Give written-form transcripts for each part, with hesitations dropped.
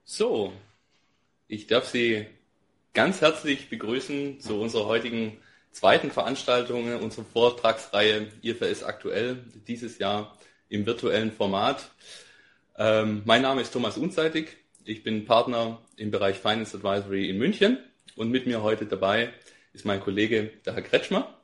So, ich darf Sie ganz herzlich begrüßen zu unserer heutigen zweiten Veranstaltung unserer Vortragsreihe IFRS aktuell, dieses Jahr im virtuellen Format. Mein Name ist Thomas Unseitig, ich bin Partner im Bereich Finance Advisory in München und mit mir heute dabei ist mein Kollege, der Herr Kretschmer.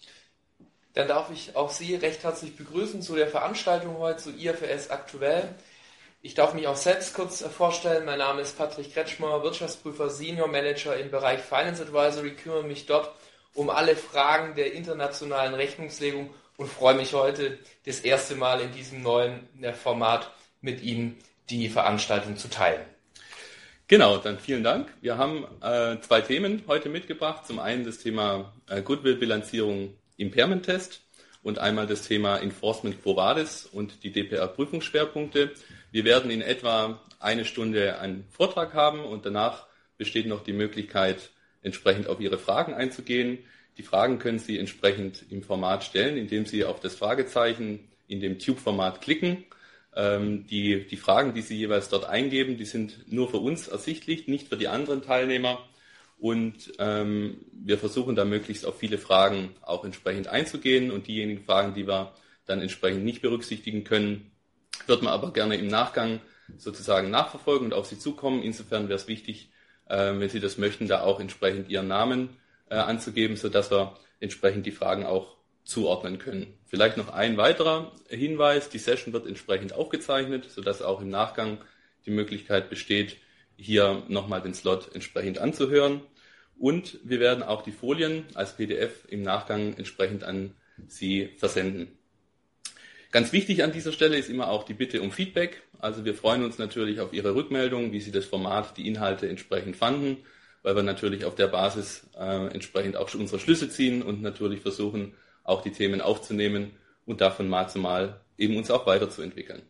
Dann darf ich auch Sie recht herzlich begrüßen zu der Veranstaltung heute zu IFRS aktuell. Ich darf mich auch selbst kurz vorstellen. Mein Name ist Patrick Kretschmer, Wirtschaftsprüfer, Senior Manager im Bereich Finance Advisory, kümmere mich dort um alle Fragen der internationalen Rechnungslegung und freue mich heute das erste Mal in diesem neuen Format mit Ihnen die Veranstaltung zu teilen. Genau, dann vielen Dank. Wir haben zwei Themen heute mitgebracht. Zum einen das Thema Goodwill-Bilanzierung Impairment-Test und einmal das Thema Enforcement Quo Vadis und die DPR-Prüfungsschwerpunkte. Wir werden in etwa eine Stunde einen Vortrag haben und danach besteht noch die Möglichkeit, entsprechend auf Ihre Fragen einzugehen. Die Fragen können Sie entsprechend im Format stellen, indem Sie auf das Fragezeichen in dem Tube-Format klicken. Die Fragen, die Sie jeweils dort eingeben, die sind nur für uns ersichtlich, nicht für die anderen Teilnehmer. Und wir versuchen da möglichst auf viele Fragen auch entsprechend einzugehen. Und diejenigen Fragen, die wir dann entsprechend nicht berücksichtigen können, wird man aber gerne im Nachgang sozusagen nachverfolgen und auf Sie zukommen. Insofern wäre es wichtig, wenn Sie das möchten, da auch entsprechend Ihren Namen anzugeben, sodass wir entsprechend die Fragen auch zuordnen können. Vielleicht noch ein weiterer Hinweis, die Session wird entsprechend aufgezeichnet, sodass auch im Nachgang die Möglichkeit besteht, hier nochmal den Slot entsprechend anzuhören. Und wir werden auch die Folien als PDF im Nachgang entsprechend an Sie versenden. Ganz wichtig an dieser Stelle ist immer auch die Bitte um Feedback. Also wir freuen uns natürlich auf Ihre Rückmeldung, wie Sie das Format, die Inhalte entsprechend fanden, weil wir natürlich auf der Basis entsprechend auch unsere Schlüsse ziehen und natürlich versuchen, auch die Themen aufzunehmen und davon Mal zu Mal eben uns auch weiterzuentwickeln.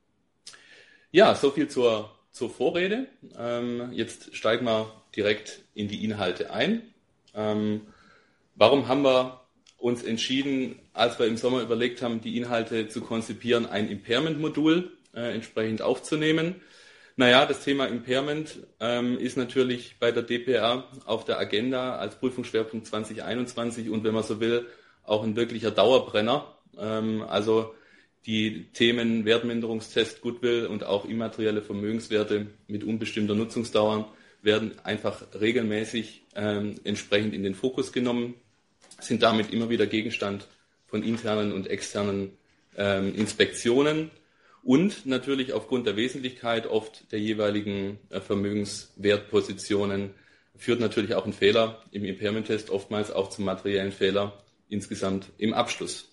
Ja, soviel zur Vorrede. Jetzt steigen wir direkt in die Inhalte ein. Warum haben wir uns entschieden, als wir im Sommer überlegt haben, die Inhalte zu konzipieren, ein Impairment-Modul entsprechend aufzunehmen? Naja, das Thema Impairment ist natürlich bei der DPR auf der Agenda als Prüfungsschwerpunkt 2021 und wenn man so will, auch ein wirklicher Dauerbrenner. Also die Themen Wertminderungstest, Goodwill und auch immaterielle Vermögenswerte mit unbestimmter Nutzungsdauer werden einfach regelmäßig entsprechend in den Fokus genommen, sind damit immer wieder Gegenstand von internen und externen Inspektionen und natürlich aufgrund der Wesentlichkeit oft der jeweiligen Vermögenswertpositionen führt natürlich auch ein Fehler im Impairment-Test oftmals auch zum materiellen Fehler insgesamt im Abschluss.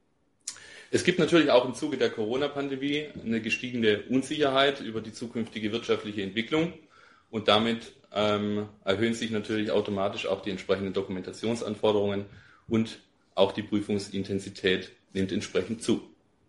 Es gibt natürlich auch im Zuge der Corona-Pandemie eine gestiegene Unsicherheit über die zukünftige wirtschaftliche Entwicklung und damit erhöhen sich natürlich automatisch auch die entsprechenden Dokumentationsanforderungen und auch die Prüfungsintensität nimmt entsprechend zu.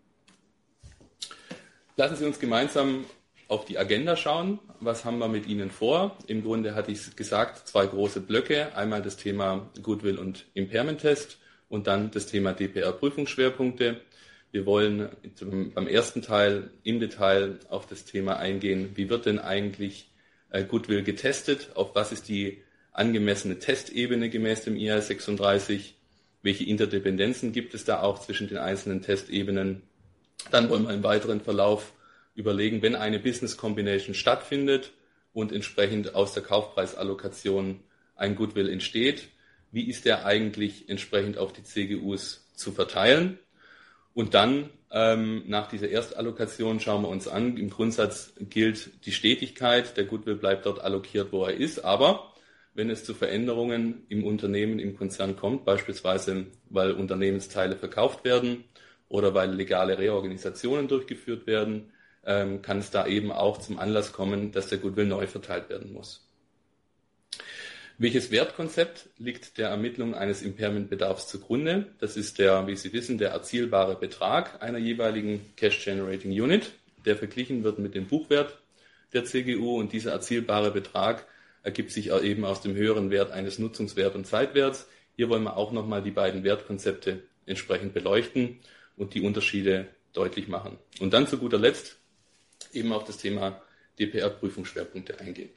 Lassen Sie uns gemeinsam auf die Agenda schauen. Was haben wir mit Ihnen vor? Im Grunde hatte ich gesagt, zwei große Blöcke. Einmal das Thema Goodwill und Impairment-Test und dann das Thema DPR-Prüfungsschwerpunkte. Wir wollen beim ersten Teil im Detail auf das Thema eingehen, wie wird denn eigentlich Goodwill getestet, auf was ist die angemessene Testebene gemäß dem IAS 36, welche Interdependenzen gibt es da auch zwischen den einzelnen Testebenen. Dann wollen wir im weiteren Verlauf überlegen, wenn eine Business Combination stattfindet und entsprechend aus der Kaufpreisallokation ein Goodwill entsteht, wie ist der eigentlich entsprechend auf die CGUs zu verteilen? Und dann nach dieser Erstallokation schauen wir uns an. Im Grundsatz gilt die Stetigkeit. Der Goodwill bleibt dort allokiert, wo er ist. Aber wenn es zu Veränderungen im Unternehmen, im Konzern kommt, beispielsweise weil Unternehmensteile verkauft werden oder weil legale Reorganisationen durchgeführt werden, kann es da eben auch zum Anlass kommen, dass der Goodwill neu verteilt werden muss. Welches Wertkonzept liegt der Ermittlung eines Impairment-Bedarfs zugrunde? Das ist der, wie Sie wissen, der erzielbare Betrag einer jeweiligen Cash Generating Unit, der verglichen wird mit dem Buchwert der CGU und dieser erzielbare Betrag ergibt sich eben aus dem höheren Wert eines Nutzungswert und Zeitwerts. Hier wollen wir auch nochmal die beiden Wertkonzepte entsprechend beleuchten und die Unterschiede deutlich machen. Und dann zu guter Letzt eben auch das Thema DPR-Prüfungsschwerpunkte eingehen.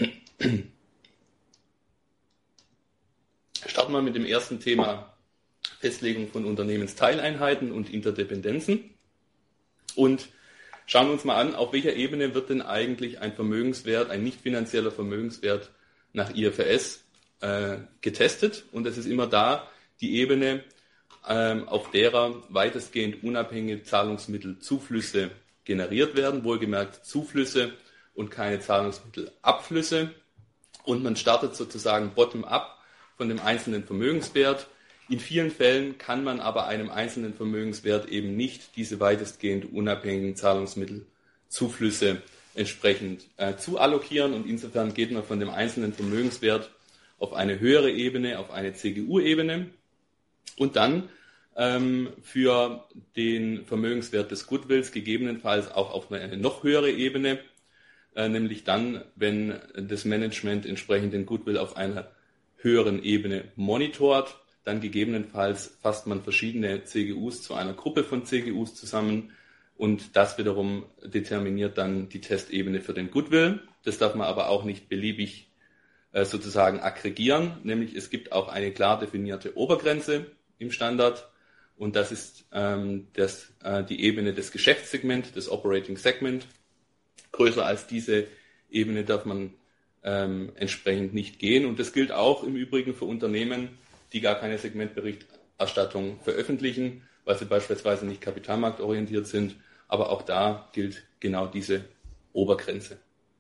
Starten wir mit dem ersten Thema Festlegung von Unternehmensteileinheiten und Interdependenzen und schauen wir uns mal an, auf welcher Ebene wird denn eigentlich ein Vermögenswert, ein nicht finanzieller Vermögenswert nach IFRS getestet, und es ist immer da die Ebene, auf derer weitestgehend unabhängige Zahlungsmittelzuflüsse generiert werden, wohlgemerkt Zuflüsse und keine Zahlungsmittelabflüsse, und man startet sozusagen bottom-up von dem einzelnen Vermögenswert. In vielen Fällen kann man aber einem einzelnen Vermögenswert eben nicht diese weitestgehend unabhängigen Zahlungsmittelzuflüsse entsprechend zuallokieren, und insofern geht man von dem einzelnen Vermögenswert auf eine höhere Ebene, auf eine CGU-Ebene, und dann für den Vermögenswert des Goodwills gegebenenfalls auch auf eine noch höhere Ebene, nämlich dann, wenn das Management entsprechend den Goodwill auf einer höheren Ebene monitort, dann gegebenenfalls fasst man verschiedene CGUs zu einer Gruppe von CGUs zusammen, und das wiederum determiniert dann die Testebene für den Goodwill. Das darf man aber auch nicht beliebig sozusagen aggregieren, nämlich es gibt auch eine klar definierte Obergrenze im Standard, und das ist die Ebene des Geschäftssegment, des Operating Segment. Größer als diese Ebene darf man entsprechend nicht gehen, und das gilt auch im Übrigen für Unternehmen, die gar keine Segmentberichterstattung veröffentlichen, weil sie beispielsweise nicht kapitalmarktorientiert sind, aber auch da gilt genau diese Obergrenze.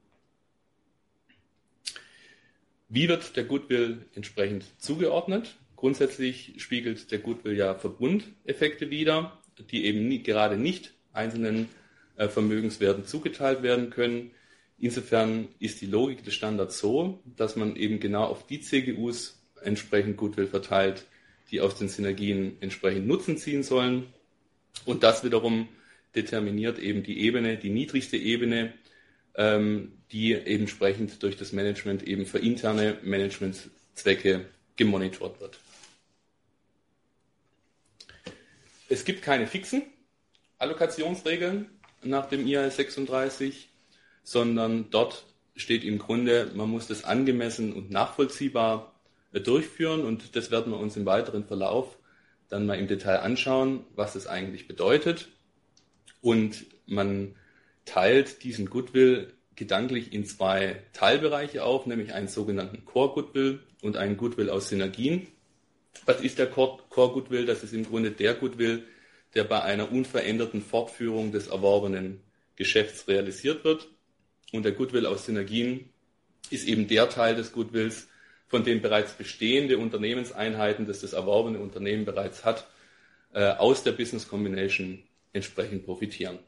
Wie wird der Goodwill entsprechend zugeordnet? Grundsätzlich spiegelt der Goodwill ja Verbundeffekte wider, die eben gerade nicht einzelnen Vermögenswerten zugeteilt werden können. Insofern ist die Logik des Standards so, dass man eben genau auf die CGUs entsprechend Goodwill verteilt, die aus den Synergien entsprechend Nutzen ziehen sollen. Und das wiederum determiniert eben die Ebene, die niedrigste Ebene, die eben entsprechend durch das Management eben für interne Managementzwecke gemonitort wird. Es gibt keine fixen Allokationsregeln nach dem IAS 36, sondern dort steht im Grunde, man muss das angemessen und nachvollziehbar durchführen, und das werden wir uns im weiteren Verlauf dann mal im Detail anschauen, was das eigentlich bedeutet. Und man teilt diesen Goodwill gedanklich in zwei Teilbereiche auf, nämlich einen sogenannten Core Goodwill und einen Goodwill aus Synergien. Was ist der Core Goodwill? Das ist im Grunde der Goodwill, der bei einer unveränderten Fortführung des erworbenen Geschäfts realisiert wird. Und der Goodwill aus Synergien ist eben der Teil des Goodwills, von dem bereits bestehende Unternehmenseinheiten, das das erworbene Unternehmen bereits hat, aus der Business Combination entsprechend profitieren.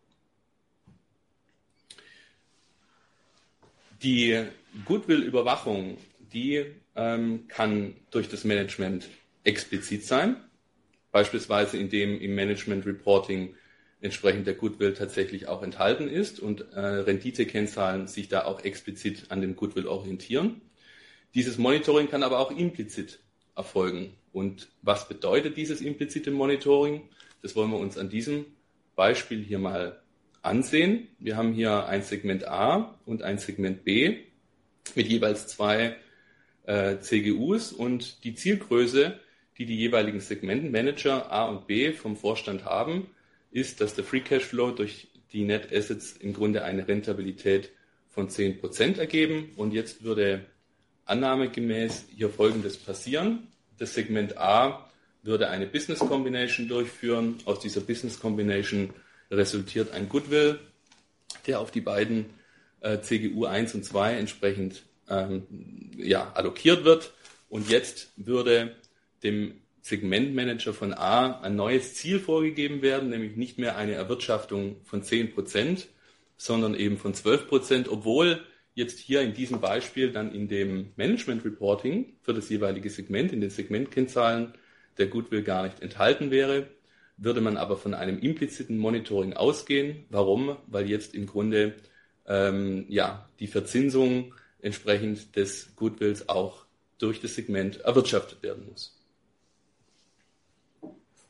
Die Goodwill-Überwachung, die kann durch das Management explizit sein, beispielsweise indem im Management Reporting entsprechend der Goodwill tatsächlich auch enthalten ist und Renditekennzahlen sich da auch explizit an dem Goodwill orientieren. Dieses Monitoring kann aber auch implizit erfolgen. Und was bedeutet dieses implizite Monitoring? Das wollen wir uns an diesem Beispiel hier mal ansehen. Wir haben hier ein Segment A und ein Segment B mit jeweils zwei CGUs, und die Zielgröße, die die jeweiligen Segmentenmanager A und B vom Vorstand haben, ist, dass der Free Cashflow durch die Net Assets im Grunde eine Rentabilität von 10% ergeben. Und jetzt würde annahmegemäß hier Folgendes passieren. Das Segment A würde eine Business Combination durchführen. Aus dieser Business Combination resultiert ein Goodwill, der auf die beiden CGU 1 und 2 entsprechend allokiert wird. Und jetzt würde dem Segmentmanager von A ein neues Ziel vorgegeben werden, nämlich nicht mehr eine Erwirtschaftung von 10%, sondern eben von 12%, obwohl jetzt hier in diesem Beispiel dann in dem Management Reporting für das jeweilige Segment, in den Segmentkennzahlen, der Goodwill gar nicht enthalten wäre, würde man aber von einem impliziten Monitoring ausgehen. Warum? Weil jetzt im Grunde die Verzinsung entsprechend des Goodwills auch durch das Segment erwirtschaftet werden muss.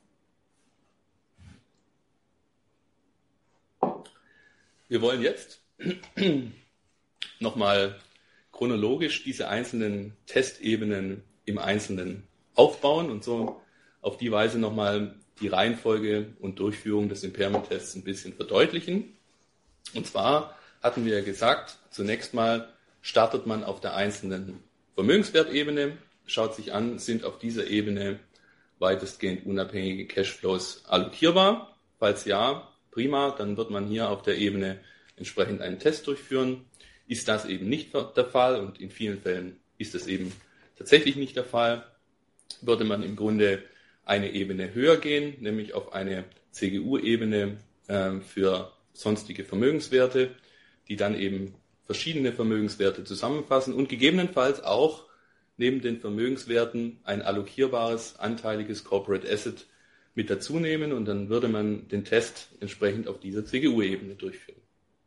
Wir wollen jetzt nochmal chronologisch diese einzelnen Testebenen im Einzelnen aufbauen und so auf die Weise nochmal die Reihenfolge und Durchführung des Impairment-Tests ein bisschen verdeutlichen. Und zwar hatten wir ja gesagt, zunächst mal startet man auf der einzelnen Vermögenswertebene, schaut sich an, sind auf dieser Ebene weitestgehend unabhängige Cashflows allokierbar? Falls ja, prima, dann wird man hier auf der Ebene entsprechend einen Test durchführen. Ist das eben nicht der Fall und in vielen Fällen ist das eben tatsächlich nicht der Fall, würde man im Grunde eine Ebene höher gehen, nämlich auf eine CGU-Ebene für sonstige Vermögenswerte, die dann eben verschiedene Vermögenswerte zusammenfassen und gegebenenfalls auch neben den Vermögenswerten ein allokierbares, anteiliges Corporate Asset mit dazu nehmen und dann würde man den Test entsprechend auf dieser CGU-Ebene durchführen.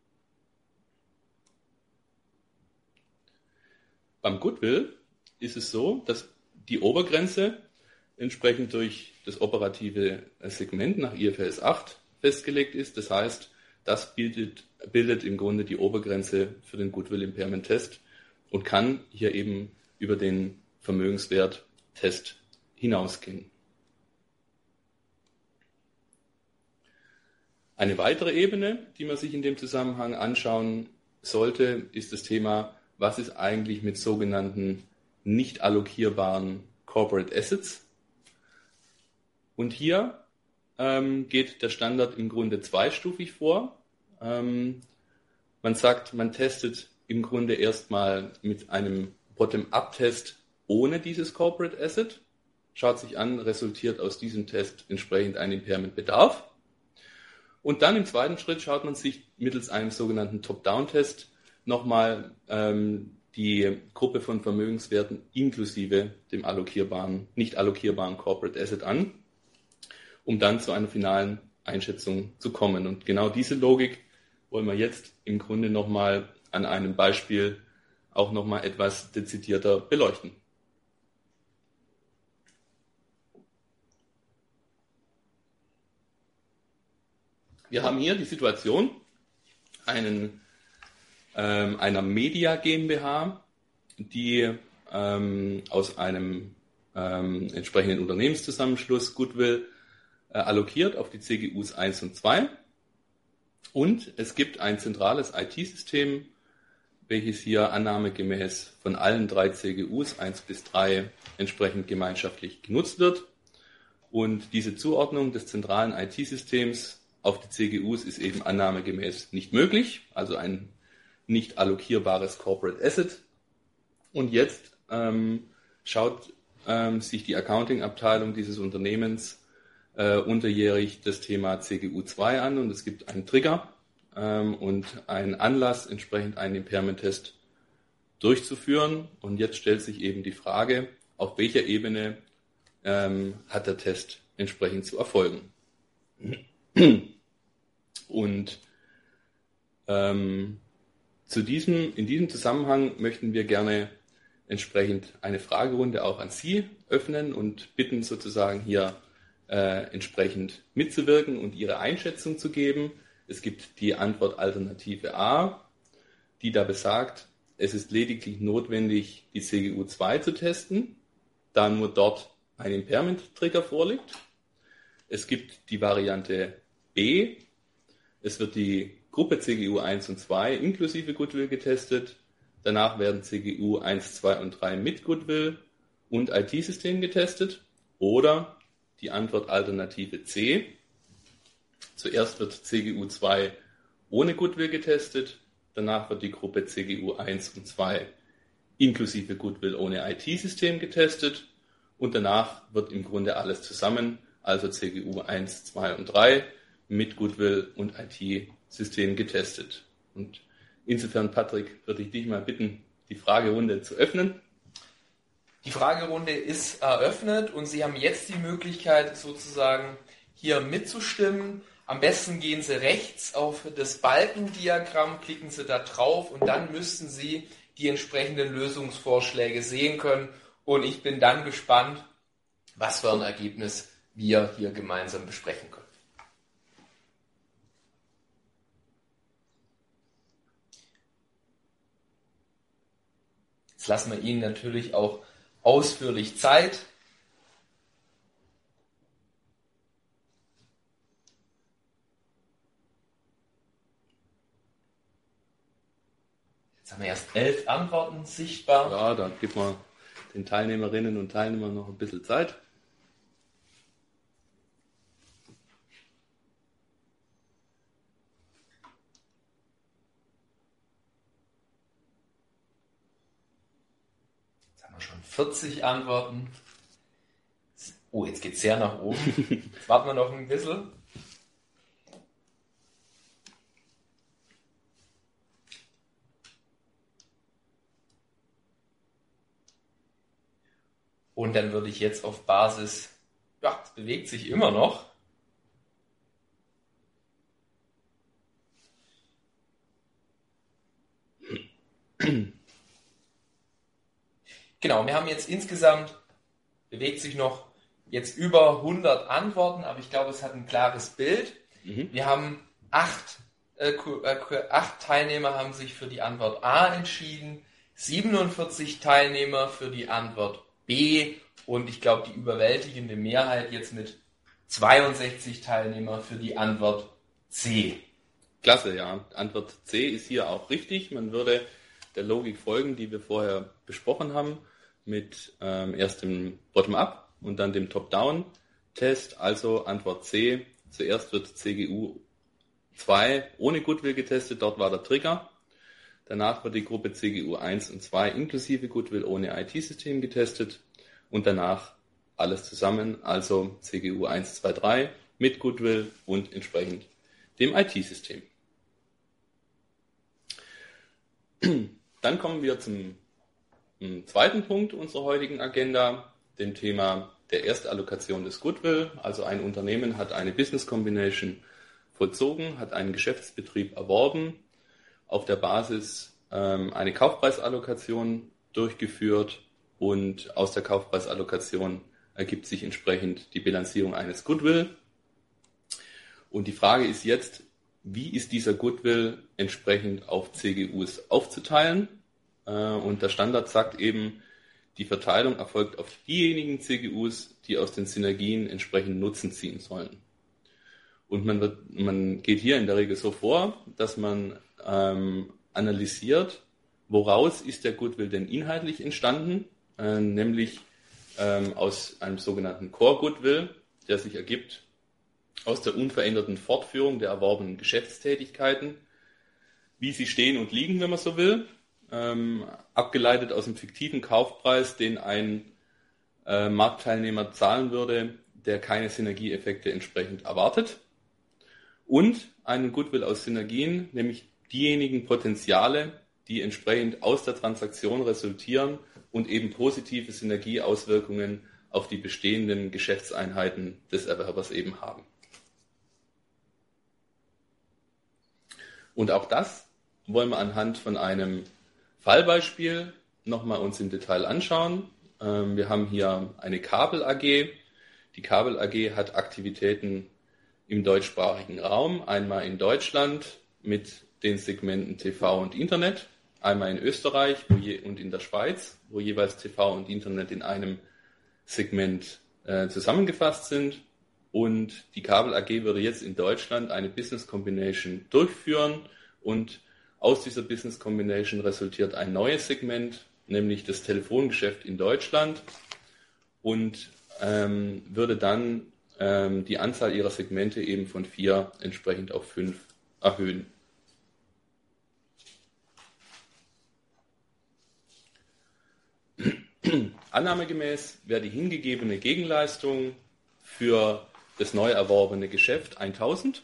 Beim Goodwill ist es so, dass die Obergrenze entsprechend durch das operative Segment nach IFRS 8 festgelegt ist. Das heißt, das bildet im Grunde die Obergrenze für den Goodwill Impairment Test und kann hier eben über den Vermögenswert-Test hinausgehen. Eine weitere Ebene, die man sich in dem Zusammenhang anschauen sollte, ist das Thema, was ist eigentlich mit sogenannten nicht allokierbaren Corporate Assets? Und hier geht der Standard im Grunde zweistufig vor. Man sagt, man testet im Grunde erstmal mit einem Bottom-up-Test ohne dieses Corporate Asset, schaut sich an, resultiert aus diesem Test entsprechend ein Impairment-Bedarf. Und dann im zweiten Schritt schaut man sich mittels einem sogenannten Top-Down-Test nochmal die Gruppe von Vermögenswerten inklusive dem nicht allokierbaren Corporate Asset an, um dann zu einer finalen Einschätzung zu kommen. Und genau diese Logik wollen wir jetzt im Grunde nochmal an einem Beispiel auch nochmal etwas dezidierter beleuchten. Wir haben hier die Situation einer Media GmbH, die aus einem entsprechenden Unternehmenszusammenschluss Goodwill allokiert auf die CGUs 1 und 2. Und es gibt ein zentrales IT-System, welches hier annahmegemäß von allen 3 CGUs 1 bis 3 entsprechend gemeinschaftlich genutzt wird. Und diese Zuordnung des zentralen IT-Systems auf die CGUs ist eben annahmegemäß nicht möglich, also ein nicht allokierbares Corporate Asset. Und jetzt schaut sich die Accounting-Abteilung dieses Unternehmens unterjährig das Thema CGU 2 an und es gibt einen Trigger und einen Anlass, entsprechend einen Impairment-Test durchzuführen. Und jetzt stellt sich eben die Frage, auf welcher Ebene hat der Test entsprechend zu erfolgen. Und in diesem Zusammenhang möchten wir gerne entsprechend eine Fragerunde auch an Sie öffnen und bitten sozusagen hier entsprechend mitzuwirken und Ihre Einschätzung zu geben. Es gibt die Antwort Alternative A, die da besagt, es ist lediglich notwendig, die CGU 2 zu testen, da nur dort ein Impairment-Trigger vorliegt. Es gibt die Variante B, es wird die Gruppe CGU 1 und 2 inklusive Goodwill getestet, danach werden CGU 1, 2 und 3 mit Goodwill und IT-System getestet, oder die Antwort Alternative C. Zuerst wird CGU 2 ohne Goodwill getestet, danach wird die Gruppe CGU 1 und 2 inklusive Goodwill ohne IT-System getestet und danach wird im Grunde alles zusammen, also CGU 1, 2 und 3 mit Goodwill und IT-System getestet. Und insofern, Patrick, würde ich dich mal bitten, die Fragerunde zu öffnen. Die Fragerunde ist eröffnet und Sie haben jetzt die Möglichkeit, sozusagen hier mitzustimmen. Am besten gehen Sie rechts auf das Balkendiagramm, klicken Sie da drauf und dann müssten Sie die entsprechenden Lösungsvorschläge sehen können. Und ich bin dann gespannt, was für ein Ergebnis wir hier gemeinsam besprechen können. Jetzt lassen wir Ihnen natürlich auch ausführlich Zeit. Jetzt haben wir erst 11 Antworten sichtbar. Ja, da gibt man den Teilnehmerinnen und Teilnehmern noch ein bisschen Zeit. Jetzt haben wir schon 40 Antworten. Oh, jetzt geht es sehr nach oben. Jetzt warten wir noch ein bisschen. Und dann würde ich jetzt auf Basis, ja, es bewegt sich immer noch. Genau, wir haben jetzt insgesamt, bewegt sich noch jetzt über 100 Antworten, aber ich glaube, es hat ein klares Bild. Wir haben 8 Teilnehmer haben sich für die Antwort A entschieden, 47 Teilnehmer für die Antwort B und ich glaube, die überwältigende Mehrheit jetzt mit 62 Teilnehmern für die Antwort C. Klasse, ja. Antwort C ist hier auch richtig. Man würde der Logik folgen, die wir vorher besprochen haben, mit erst dem Bottom-up und dann dem Top-down-Test. Also Antwort C. Zuerst wird CGU 2 ohne Goodwill getestet, dort war der Trigger. Danach wird die Gruppe CGU 1 und 2 inklusive Goodwill ohne IT-System getestet und danach alles zusammen, also CGU 1, 2, 3 mit Goodwill und entsprechend dem IT-System. Dann kommen wir zum zweiten Punkt unserer heutigen Agenda, dem Thema der Erstallokation des Goodwill. Also ein Unternehmen hat eine Business Combination vollzogen, hat einen Geschäftsbetrieb erworben, auf der Basis eine Kaufpreisallokation durchgeführt und aus der Kaufpreisallokation ergibt sich entsprechend die Bilanzierung eines Goodwill. Und die Frage ist jetzt, wie ist dieser Goodwill entsprechend auf CGUs aufzuteilen? Und der Standard sagt eben, die Verteilung erfolgt auf diejenigen CGUs, die aus den Synergien entsprechend Nutzen ziehen sollen. Und man geht hier in der Regel so vor, dass man analysiert, woraus ist der Goodwill denn inhaltlich entstanden, nämlich aus einem sogenannten Core Goodwill, der sich ergibt aus der unveränderten Fortführung der erworbenen Geschäftstätigkeiten, wie sie stehen und liegen, wenn man so will, abgeleitet aus dem fiktiven Kaufpreis, den ein Marktteilnehmer zahlen würde, der keine Synergieeffekte entsprechend erwartet, und einen Goodwill aus Synergien, nämlich diejenigen Potenziale, die entsprechend aus der Transaktion resultieren und eben positive Synergieauswirkungen auf die bestehenden Geschäftseinheiten des Erwerbers eben haben. Und auch das wollen wir anhand von einem Fallbeispiel nochmal uns im Detail anschauen. Wir haben hier eine Kabel AG. Die Kabel AG hat Aktivitäten im deutschsprachigen Raum, einmal in Deutschland mit den Segmenten TV und Internet, einmal in Österreich und in der Schweiz, wo jeweils TV und Internet in einem Segment zusammengefasst sind. Und die Kabel AG würde jetzt in Deutschland eine Business Combination durchführen und aus dieser Business Combination resultiert ein neues Segment, nämlich das Telefongeschäft in Deutschland, und würde dann die Anzahl ihrer Segmente eben von 4 entsprechend auf 5 erhöhen. Annahmegemäß wäre die hingegebene Gegenleistung für das neu erworbene Geschäft 1000.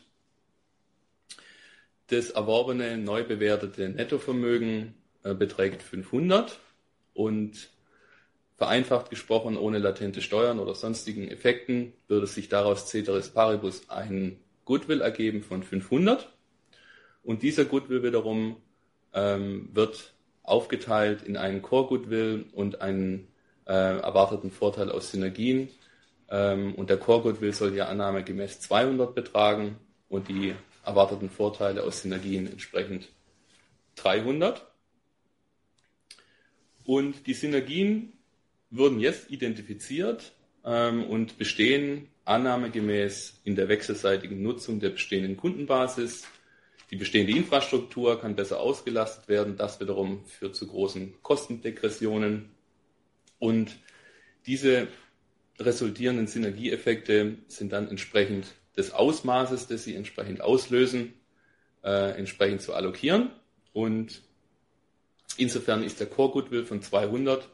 Das erworbene, neu bewertete Nettovermögen beträgt 500 und vereinfacht gesprochen, ohne latente Steuern oder sonstigen Effekten, würde sich daraus ceteris paribus ein Goodwill ergeben von 500. Und dieser Goodwill wiederum wird aufgeteilt in einen Core Goodwill und einen erwarteten Vorteil aus Synergien. Und der Core Goodwill soll ja annahmegemäß 200 betragen und die erwarteten Vorteile aus Synergien entsprechend 300. Und die Synergien wurden jetzt identifiziert und bestehen annahmegemäß in der wechselseitigen Nutzung der bestehenden Kundenbasis. Die bestehende Infrastruktur kann besser ausgelastet werden. Das wiederum führt zu großen Kostendegressionen. Und diese resultierenden Synergieeffekte sind dann entsprechend des Ausmaßes, das sie entsprechend auslösen, entsprechend zu allokieren. Und insofern ist der Core Goodwill von 200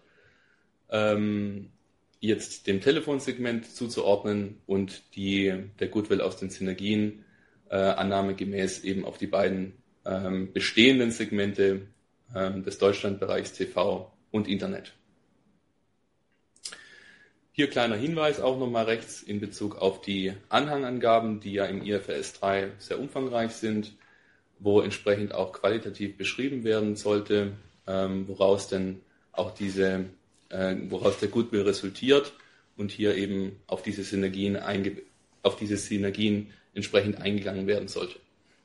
jetzt dem Telefonsegment zuzuordnen und der Goodwill aus den Synergien annahmegemäß eben auf die beiden bestehenden Segmente des Deutschlandbereichs TV und Internet. Hier kleiner Hinweis auch nochmal rechts in Bezug auf die Anhangangaben, die ja im IFRS 3 sehr umfangreich sind, wo entsprechend auch qualitativ beschrieben werden sollte, woraus der Goodwill resultiert und hier eben auf diese Synergien entsprechend eingegangen werden sollte.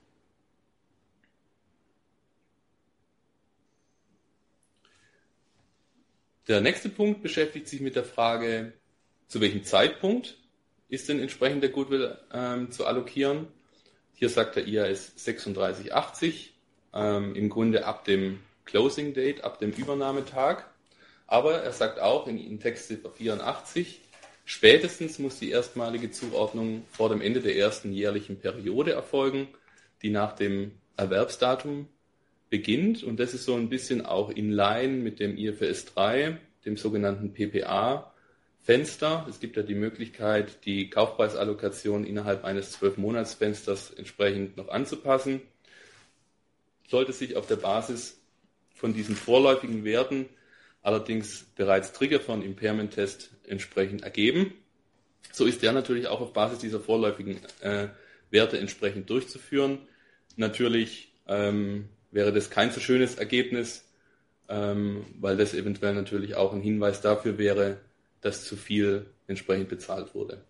Der nächste Punkt beschäftigt sich mit der Frage, zu welchem Zeitpunkt ist denn entsprechend der Goodwill zu allokieren. Hier sagt der IAS 3680, im Grunde ab dem Closing Date, ab dem Übernahmetag. Aber er sagt auch in Textziffer 84, spätestens muss die erstmalige Zuordnung vor dem Ende der ersten jährlichen Periode erfolgen, die nach dem Erwerbsdatum beginnt. Und das ist so ein bisschen auch in line mit dem IFRS 3, dem sogenannten PPA-Fenster. Es gibt ja die Möglichkeit, die Kaufpreisallokation innerhalb eines 12-Monats-Fensters entsprechend noch anzupassen. Sollte sich auf der Basis von diesen vorläufigen Werten allerdings bereits Trigger von Impairment-Test entsprechend ergeben, so ist der natürlich auch auf Basis dieser vorläufigen Werte entsprechend durchzuführen. Natürlich wäre das kein so schönes Ergebnis, weil das eventuell natürlich auch ein Hinweis dafür wäre, dass zu viel entsprechend bezahlt wurde.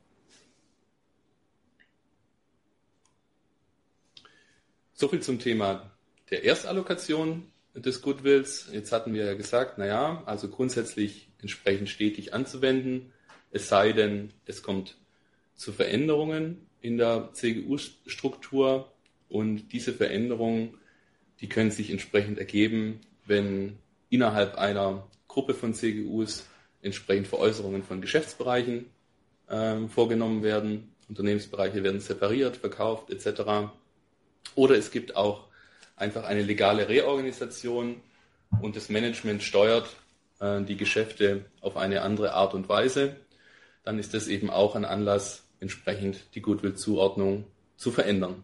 Soviel zum Thema der Erstallokation des Goodwills. Jetzt hatten wir ja gesagt, also grundsätzlich entsprechend stetig anzuwenden, es sei denn, es kommt zu Veränderungen in der CGU-Struktur und diese Veränderungen, die können sich entsprechend ergeben, wenn innerhalb einer Gruppe von CGUs entsprechend Veräußerungen von Geschäftsbereichen vorgenommen werden. Unternehmensbereiche werden separiert, verkauft etc. Oder es gibt auch einfach eine legale Reorganisation und das Management steuert die Geschäfte auf eine andere Art und Weise. Dann ist das eben auch ein Anlass, entsprechend die Goodwill-Zuordnung zu verändern.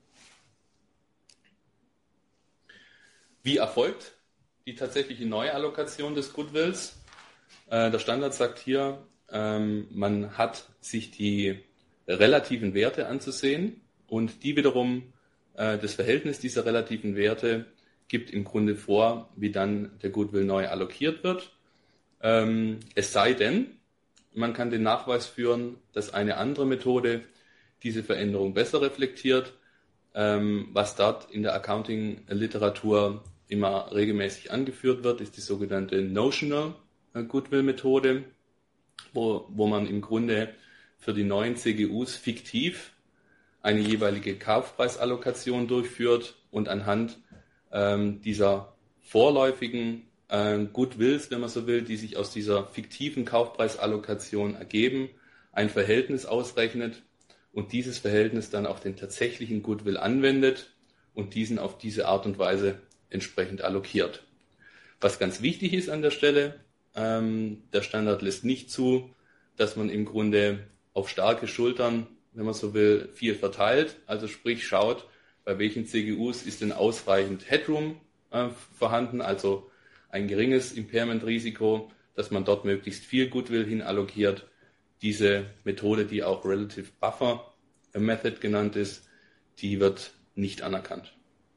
Wie erfolgt die tatsächliche Neuallokation des Goodwills? Der Standard sagt hier, man hat sich die relativen Werte anzusehen und die wiederum, das Verhältnis dieser relativen Werte gibt im Grunde vor, wie dann der Goodwill neu allokiert wird. Es sei denn, man kann den Nachweis führen, dass eine andere Methode diese Veränderung besser reflektiert, was dort in der Accounting-Literatur immer regelmäßig angeführt wird, ist die sogenannte Notional Goodwill-Methode, wo man im Grunde für die neuen CGUs fiktiv eine jeweilige Kaufpreisallokation durchführt und anhand dieser vorläufigen Goodwills, wenn man so will, die sich aus dieser fiktiven Kaufpreisallokation ergeben, ein Verhältnis ausrechnet und dieses Verhältnis dann auf den tatsächlichen Goodwill anwendet und diesen auf diese Art und Weise entsprechend allokiert. Was ganz wichtig ist an der Stelle, der Standard lässt nicht zu, dass man im Grunde auf starke Schultern, wenn man so will, viel verteilt, also sprich schaut, bei welchen CGUs ist denn ausreichend Headroom vorhanden, also ein geringes Impairment-Risiko, dass man dort möglichst viel Goodwill hin allokiert. Diese Methode, die auch Relative Buffer Method genannt ist, die wird nicht anerkannt.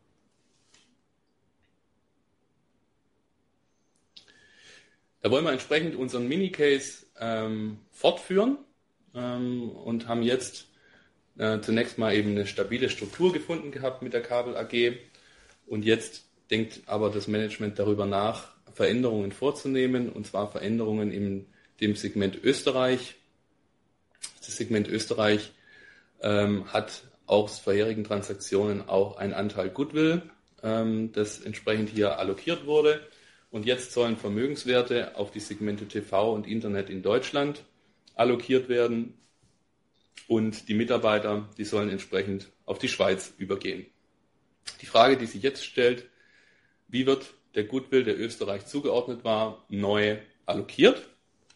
Da wollen wir entsprechend unseren Minicase fortführen und haben jetzt zunächst mal eben eine stabile Struktur gefunden gehabt mit der Kabel AG und jetzt denkt aber das Management darüber nach, Veränderungen vorzunehmen, und zwar Veränderungen in dem Segment Österreich. Das Segment Österreich hat aus vorherigen Transaktionen auch einen Anteil Goodwill, das entsprechend hier allokiert wurde. Und jetzt sollen Vermögenswerte auf die Segmente TV und Internet in Deutschland allokiert werden. Und die Mitarbeiter, die sollen entsprechend auf die Schweiz übergehen. Die Frage, die sich jetzt stellt: Wie wird der Goodwill, der Österreich zugeordnet war, neu allokiert?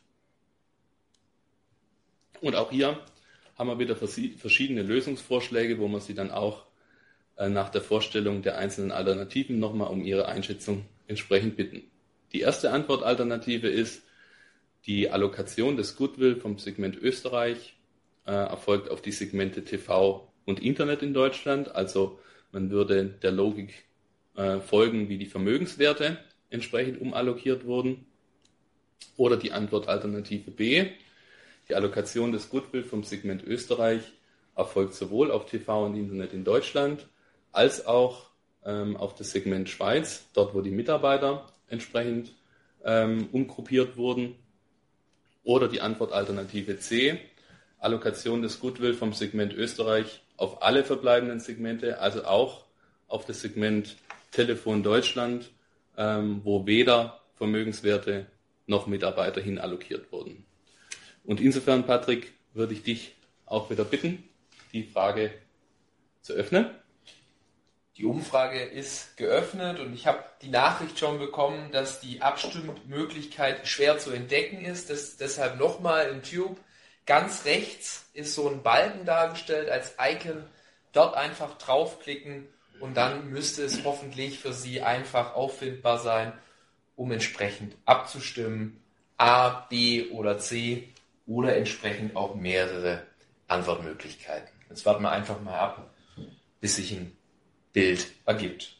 Und auch hier haben wir wieder verschiedene Lösungsvorschläge, wo man sie dann auch nach der Vorstellung der einzelnen Alternativen nochmal um ihre Einschätzung entsprechend bitten. Die erste Antwortalternative ist: Die Allokation des Goodwill vom Segment Österreich erfolgt auf die Segmente TV und Internet in Deutschland. Also man würde der Logik folgen, wie die Vermögenswerte entsprechend umallokiert wurden. Oder die Antwortalternative B: Die Allokation des Goodwill vom Segment Österreich erfolgt sowohl auf TV und Internet in Deutschland als auch auf das Segment Schweiz, dort wo die Mitarbeiter entsprechend umgruppiert wurden. Oder die Antwortalternative C: Allokation des Goodwill vom Segment Österreich auf alle verbleibenden Segmente, also auch auf das Segment Telefon Deutschland, wo weder Vermögenswerte noch Mitarbeiter hin allokiert wurden. Und insofern, Patrick, würde ich dich auch wieder bitten, die Frage zu öffnen. Die Umfrage ist geöffnet und ich habe die Nachricht schon bekommen, dass die Abstimmmöglichkeit schwer zu entdecken ist. Deshalb nochmal im Tube. Ganz rechts ist so ein Balken dargestellt als Icon. Dort einfach draufklicken und dann müsste es hoffentlich für Sie einfach auffindbar sein, um entsprechend abzustimmen. A, B oder C oder entsprechend auch mehrere Antwortmöglichkeiten. Jetzt warten wir einfach mal ab, bis sich ein Bild ergibt.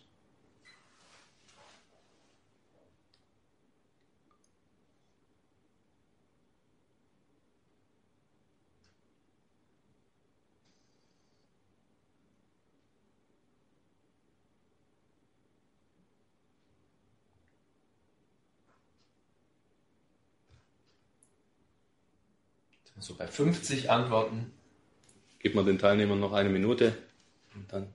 So bei 50 Antworten. Gib mal den Teilnehmern noch eine Minute und dann.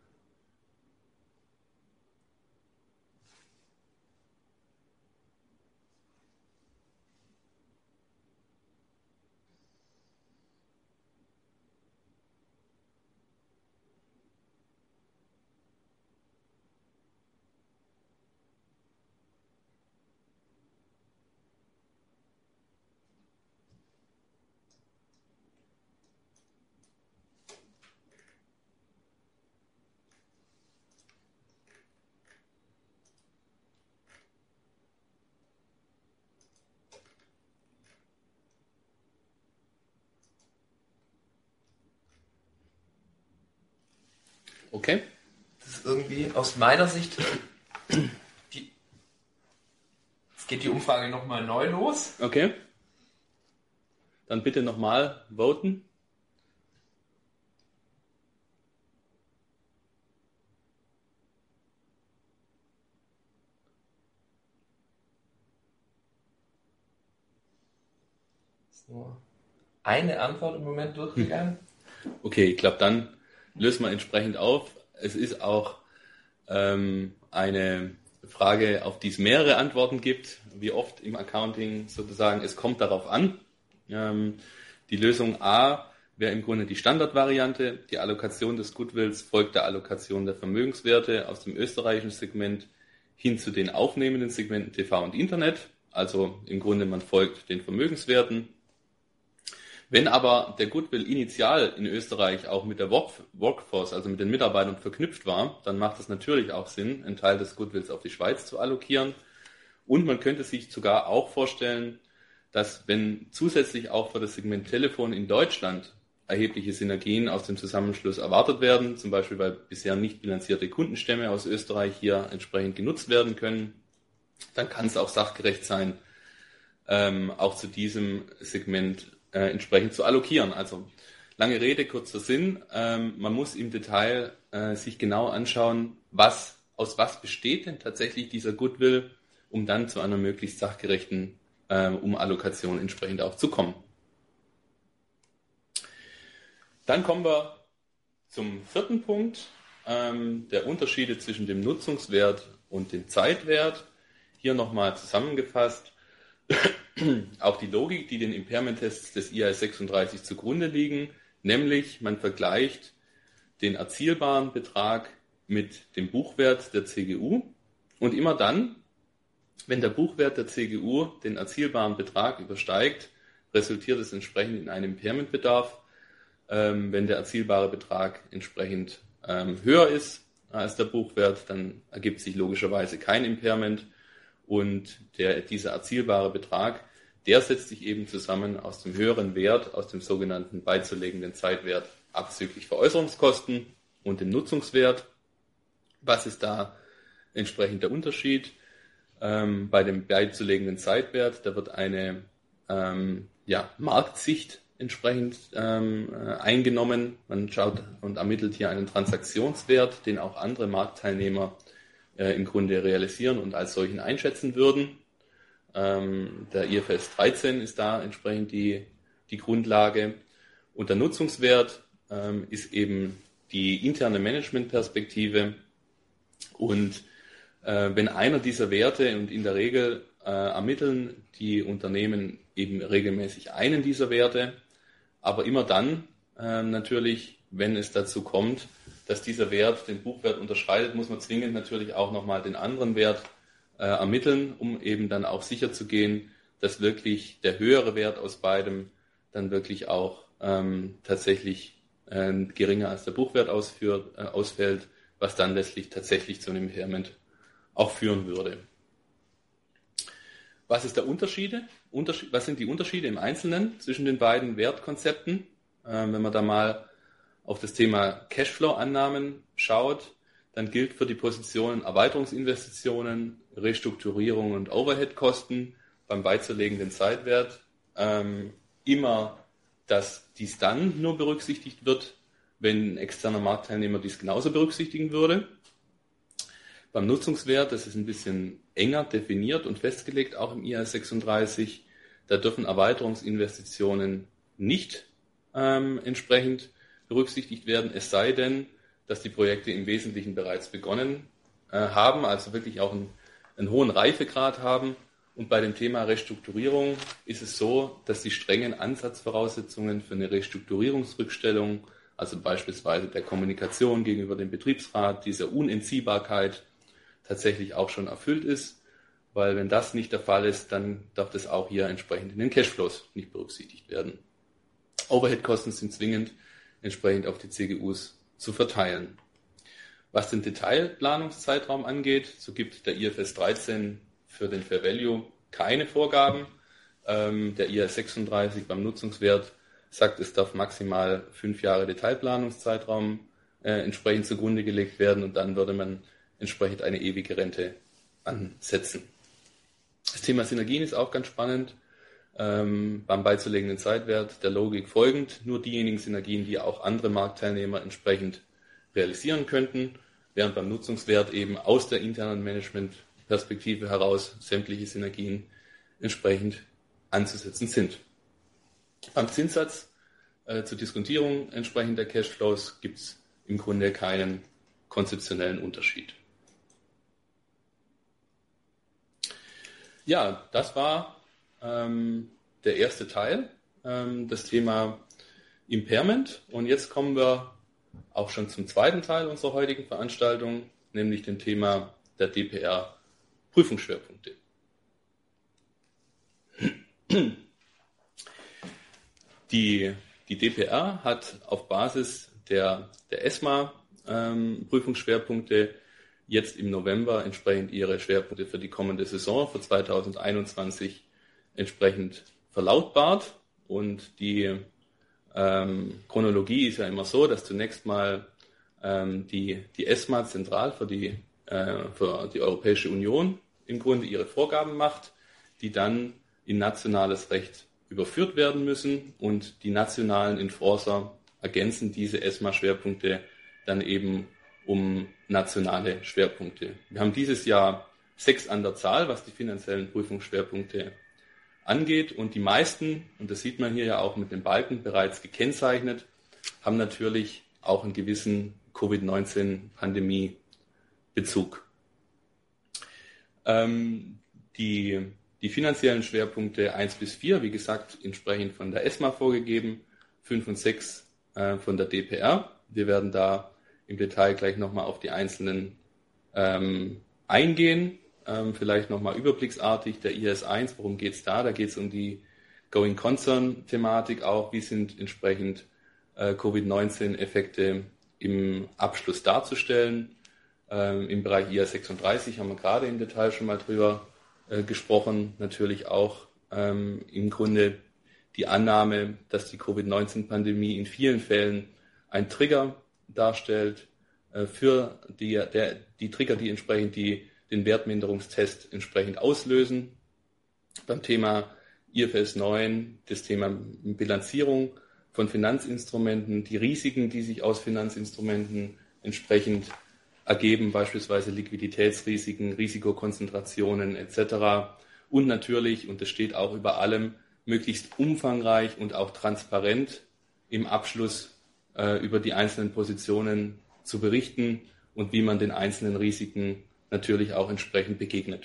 Okay. Das ist irgendwie aus meiner Sicht, jetzt geht die Umfrage nochmal neu los. Okay. Dann bitte nochmal voten. So. Eine Antwort im Moment durchgegangen. Okay, ich glaube, dann lösen wir entsprechend auf. Es ist auch eine Frage, auf die es mehrere Antworten gibt, wie oft im Accounting sozusagen. Es kommt darauf an. Die Lösung A wäre im Grunde die Standardvariante. Die Allokation des Goodwills folgt der Allokation der Vermögenswerte aus dem österreichischen Segment hin zu den aufnehmenden Segmenten TV und Internet. Also im Grunde man folgt den Vermögenswerten. Wenn aber der Goodwill initial in Österreich auch mit der Workforce, also mit den Mitarbeitern verknüpft war, dann macht es natürlich auch Sinn, einen Teil des Goodwills auf die Schweiz zu allokieren. Und man könnte sich sogar auch vorstellen, dass wenn zusätzlich auch für das Segment Telefon in Deutschland erhebliche Synergien aus dem Zusammenschluss erwartet werden, zum Beispiel weil bisher nicht bilanzierte Kundenstämme aus Österreich hier entsprechend genutzt werden können, dann kann es auch sachgerecht sein, auch zu diesem Segment entsprechend zu allokieren. Also lange Rede, kurzer Sinn. Man muss im Detail sich genau anschauen, aus was besteht denn tatsächlich dieser Goodwill um dann zu einer möglichst sachgerechten Umallokation entsprechend auch zu kommen. Dann kommen wir zum vierten Punkt, der Unterschiede zwischen dem Nutzungswert und dem Zeitwert. Hier nochmal zusammengefasst, auch die Logik, die den Impairment-Tests des IAS 36 zugrunde liegen, nämlich man vergleicht den erzielbaren Betrag mit dem Buchwert der CGU und immer dann, wenn der Buchwert der CGU den erzielbaren Betrag übersteigt, resultiert es entsprechend in einem Impairment-Bedarf. Wenn der erzielbare Betrag entsprechend höher ist als der Buchwert, dann ergibt sich logischerweise kein Impairment und dieser erzielbare Betrag, der setzt sich eben zusammen aus dem höheren Wert, aus dem sogenannten beizulegenden Zeitwert abzüglich Veräußerungskosten und dem Nutzungswert. Was ist da entsprechend der Unterschied? Bei dem beizulegenden Zeitwert, da wird eine Marktsicht entsprechend eingenommen. Man schaut und ermittelt hier einen Transaktionswert, den auch andere Marktteilnehmer im Grunde realisieren und als solchen einschätzen würden. Der IFRS 13 ist da entsprechend die Grundlage. Und der Nutzungswert ist eben die interne Managementperspektive. Und wenn einer dieser Werte, und in der Regel ermitteln die Unternehmen eben regelmäßig einen dieser Werte, aber immer dann natürlich, wenn es dazu kommt, dass dieser Wert den Buchwert unterschreitet, muss man zwingend natürlich auch nochmal den anderen Wert ermitteln, um eben dann auch sicher zu gehen, dass wirklich der höhere Wert aus beidem dann wirklich auch tatsächlich geringer als der Buchwert ausfällt, was dann letztlich tatsächlich zu einem Impairment auch führen würde. Was ist der Unterschied? Was sind die Unterschiede im Einzelnen zwischen den beiden Wertkonzepten? Wenn man da mal auf das Thema Cashflow-Annahmen schaut, dann gilt für die Positionen Erweiterungsinvestitionen, Restrukturierung und Overhead-Kosten beim beizulegenden Zeitwert immer, dass dies dann nur berücksichtigt wird, wenn ein externer Marktteilnehmer dies genauso berücksichtigen würde. Beim Nutzungswert, das ist ein bisschen enger definiert und festgelegt, auch im IAS 36, da dürfen Erweiterungsinvestitionen nicht entsprechend berücksichtigt werden, es sei denn, dass die Projekte im Wesentlichen bereits begonnen haben, also wirklich auch einen hohen Reifegrad haben. Und bei dem Thema Restrukturierung ist es so, dass die strengen Ansatzvoraussetzungen für eine Restrukturierungsrückstellung, also beispielsweise der Kommunikation gegenüber dem Betriebsrat, dieser Unentziehbarkeit, tatsächlich auch schon erfüllt ist, weil wenn das nicht der Fall ist, dann darf das auch hier entsprechend in den Cashflows nicht berücksichtigt werden. Overhead-Kosten sind zwingend entsprechend auf die CGUs zu verteilen. Was den Detailplanungszeitraum angeht, so gibt der IFRS 13 für den Fair Value keine Vorgaben. Der IAS 36 beim Nutzungswert sagt, es darf maximal 5 Jahre Detailplanungszeitraum entsprechend zugrunde gelegt werden und dann würde man entsprechend eine ewige Rente ansetzen. Das Thema Synergien ist auch ganz spannend. Beim beizulegenden Zeitwert der Logik folgend nur diejenigen Synergien, die auch andere Marktteilnehmer entsprechend realisieren könnten, während beim Nutzungswert eben aus der internen Managementperspektive heraus sämtliche Synergien entsprechend anzusetzen sind. Beim Zinssatz zur Diskontierung entsprechend der Cashflows gibt es im Grunde keinen konzeptionellen Unterschied. Ja, das war der erste Teil, das Thema Impairment. Und jetzt kommen wir auch schon zum zweiten Teil unserer heutigen Veranstaltung, nämlich dem Thema der DPR-Prüfungsschwerpunkte. Die DPR hat auf Basis der ESMA-Prüfungsschwerpunkte jetzt im November entsprechend ihre Schwerpunkte für die kommende Saison, für 2021, entsprechend verlautbart. Und die Chronologie ist ja immer so, dass zunächst mal die ESMA zentral für die Europäische Union im Grunde ihre Vorgaben macht, die dann in nationales Recht überführt werden müssen und die nationalen Enforcer ergänzen diese ESMA-Schwerpunkte dann eben um nationale Schwerpunkte. Wir haben dieses Jahr 6 an der Zahl, was die finanziellen Prüfungsschwerpunkte angeht. Und die meisten, und das sieht man hier ja auch mit den Balken bereits gekennzeichnet, haben natürlich auch einen gewissen Covid-19-Pandemie-Bezug. Die finanziellen Schwerpunkte 1 bis 4, wie gesagt, entsprechend von der ESMA vorgegeben, 5 und 6 von der DPR. Wir werden da im Detail gleich nochmal auf die einzelnen eingehen. Vielleicht nochmal überblicksartig, der IS 1, worum geht es da? Da geht es um die Going Concern-Thematik auch. Wie sind entsprechend Covid-19-Effekte im Abschluss darzustellen? Im Bereich IAS 36 haben wir gerade im Detail schon mal drüber gesprochen. Natürlich auch im Grunde die Annahme, dass die Covid-19-Pandemie in vielen Fällen ein Trigger darstellt für die Trigger, die entsprechend den Wertminderungstest entsprechend auslösen. Beim Thema IFRS 9 das Thema Bilanzierung von Finanzinstrumenten, die Risiken, die sich aus Finanzinstrumenten entsprechend ergeben, beispielsweise Liquiditätsrisiken, Risikokonzentrationen etc. Und natürlich, und das steht auch über allem, möglichst umfangreich und auch transparent im Abschluss über die einzelnen Positionen zu berichten und wie man den einzelnen Risiken natürlich auch entsprechend begegnet.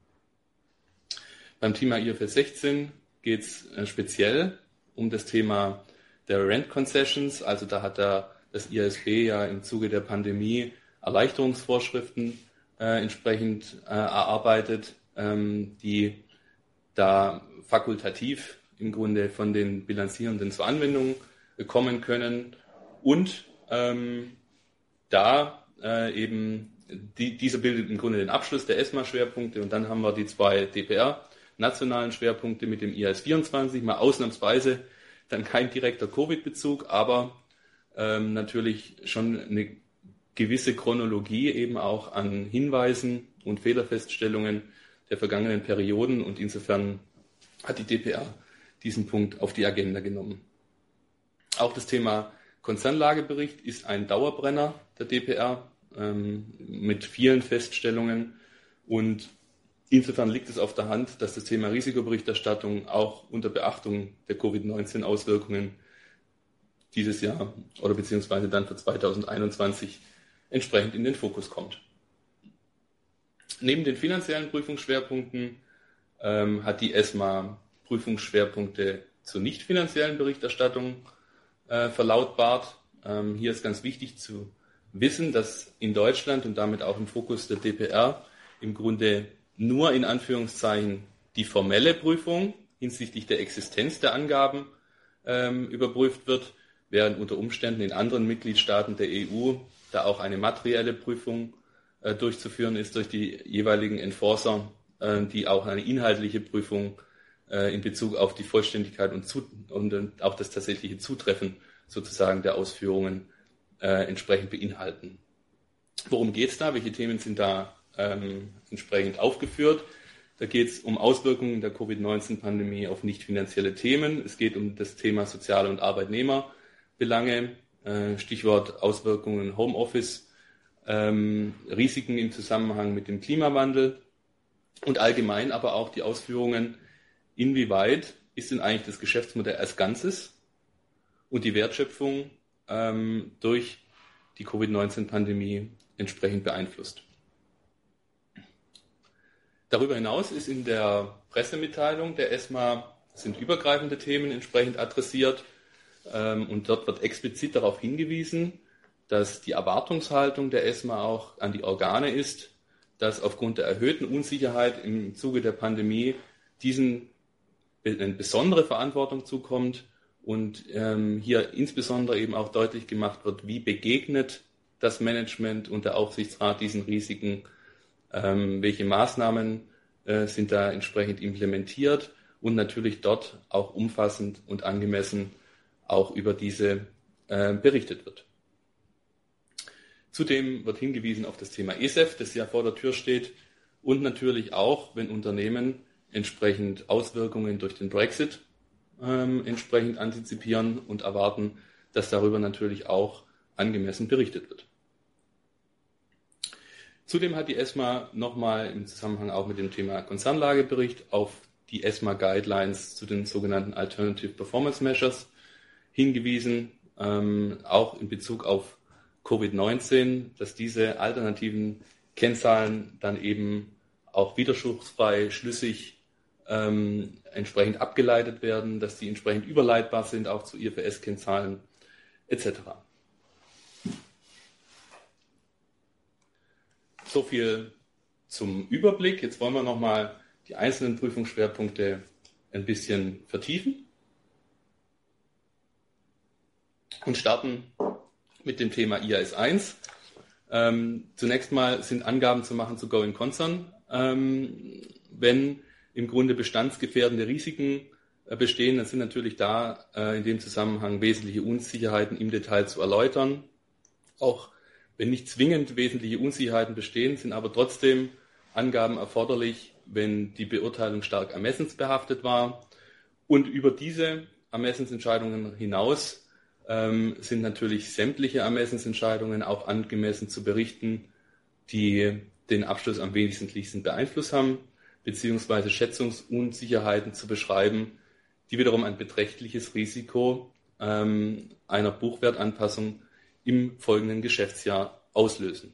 Beim Thema IFRS 16 geht es speziell um das Thema der Rent Concessions. Also da hat das IASB ja im Zuge der Pandemie Erleichterungsvorschriften entsprechend erarbeitet, die da fakultativ im Grunde von den Bilanzierenden zur Anwendung kommen können. Und dieser bildet im Grunde den Abschluss der ESMA-Schwerpunkte und dann haben wir die 2 DPR-nationalen Schwerpunkte mit dem IAS 24, mal ausnahmsweise dann kein direkter Covid-Bezug, aber natürlich schon eine gewisse Chronologie eben auch an Hinweisen und Fehlerfeststellungen der vergangenen Perioden und insofern hat die DPR diesen Punkt auf die Agenda genommen. Auch das Thema Konzernlagebericht ist ein Dauerbrenner der DPR mit vielen Feststellungen und insofern liegt es auf der Hand, dass das Thema Risikoberichterstattung auch unter Beachtung der Covid-19-Auswirkungen dieses Jahr oder beziehungsweise dann für 2021 entsprechend in den Fokus kommt. Neben den finanziellen Prüfungsschwerpunkten hat die ESMA Prüfungsschwerpunkte zur nicht finanziellen Berichterstattung verlautbart. Hier ist ganz wichtig zu wissen, dass in Deutschland und damit auch im Fokus der DPR im Grunde nur in Anführungszeichen die formelle Prüfung hinsichtlich der Existenz der Angaben überprüft wird, während unter Umständen in anderen Mitgliedstaaten der EU da auch eine materielle Prüfung durchzuführen ist durch die jeweiligen Enforcer, die auch eine inhaltliche Prüfung in Bezug auf die Vollständigkeit und auch das tatsächliche Zutreffen sozusagen der Ausführungen entsprechend beinhalten. Worum geht es da? Welche Themen sind da entsprechend aufgeführt? Da geht es um Auswirkungen der Covid-19-Pandemie auf nicht finanzielle Themen. Es geht um das Thema soziale und Arbeitnehmerbelange, Stichwort Auswirkungen Homeoffice, Risiken im Zusammenhang mit dem Klimawandel und allgemein aber auch die Ausführungen, inwieweit ist denn eigentlich das Geschäftsmodell als Ganzes und die Wertschöpfung durch die Covid-19-Pandemie entsprechend beeinflusst. Darüber hinaus ist in der Pressemitteilung der ESMA sind übergreifende Themen entsprechend adressiert und dort wird explizit darauf hingewiesen, dass die Erwartungshaltung der ESMA auch an die Organe ist, dass aufgrund der erhöhten Unsicherheit im Zuge der Pandemie diesen eine besondere Verantwortung zukommt und hier insbesondere eben auch deutlich gemacht wird, wie begegnet das Management und der Aufsichtsrat diesen Risiken, welche Maßnahmen sind da entsprechend implementiert und natürlich dort auch umfassend und angemessen auch über diese berichtet wird. Zudem wird hingewiesen auf das Thema ESEF, das ja vor der Tür steht und natürlich auch, wenn Unternehmen entsprechend Auswirkungen durch den Brexit entsprechend antizipieren und erwarten, dass darüber natürlich auch angemessen berichtet wird. Zudem hat die ESMA nochmal im Zusammenhang auch mit dem Thema Konzernlagebericht auf die ESMA Guidelines zu den sogenannten Alternative Performance Measures hingewiesen, auch in Bezug auf Covid-19, dass diese alternativen Kennzahlen dann eben auch widerspruchsfrei, schlüssig entsprechend abgeleitet werden, dass die entsprechend überleitbar sind, auch zu IFRS-Kennzahlen etc. So viel zum Überblick. Jetzt wollen wir nochmal die einzelnen Prüfungsschwerpunkte ein bisschen vertiefen und starten mit dem Thema IAS 1. Zunächst mal sind Angaben zu machen zu Going Concern, wenn im Grunde bestandsgefährdende Risiken bestehen, dann sind natürlich da in dem Zusammenhang wesentliche Unsicherheiten im Detail zu erläutern. Auch wenn nicht zwingend wesentliche Unsicherheiten bestehen, sind aber trotzdem Angaben erforderlich, wenn die Beurteilung stark ermessensbehaftet war. Und über diese Ermessensentscheidungen hinaus sind natürlich sämtliche Ermessensentscheidungen auch angemessen zu berichten, die den Abschluss am wesentlichsten beeinflusst haben, beziehungsweise Schätzungsunsicherheiten zu beschreiben, die wiederum ein beträchtliches Risiko einer Buchwertanpassung im folgenden Geschäftsjahr auslösen.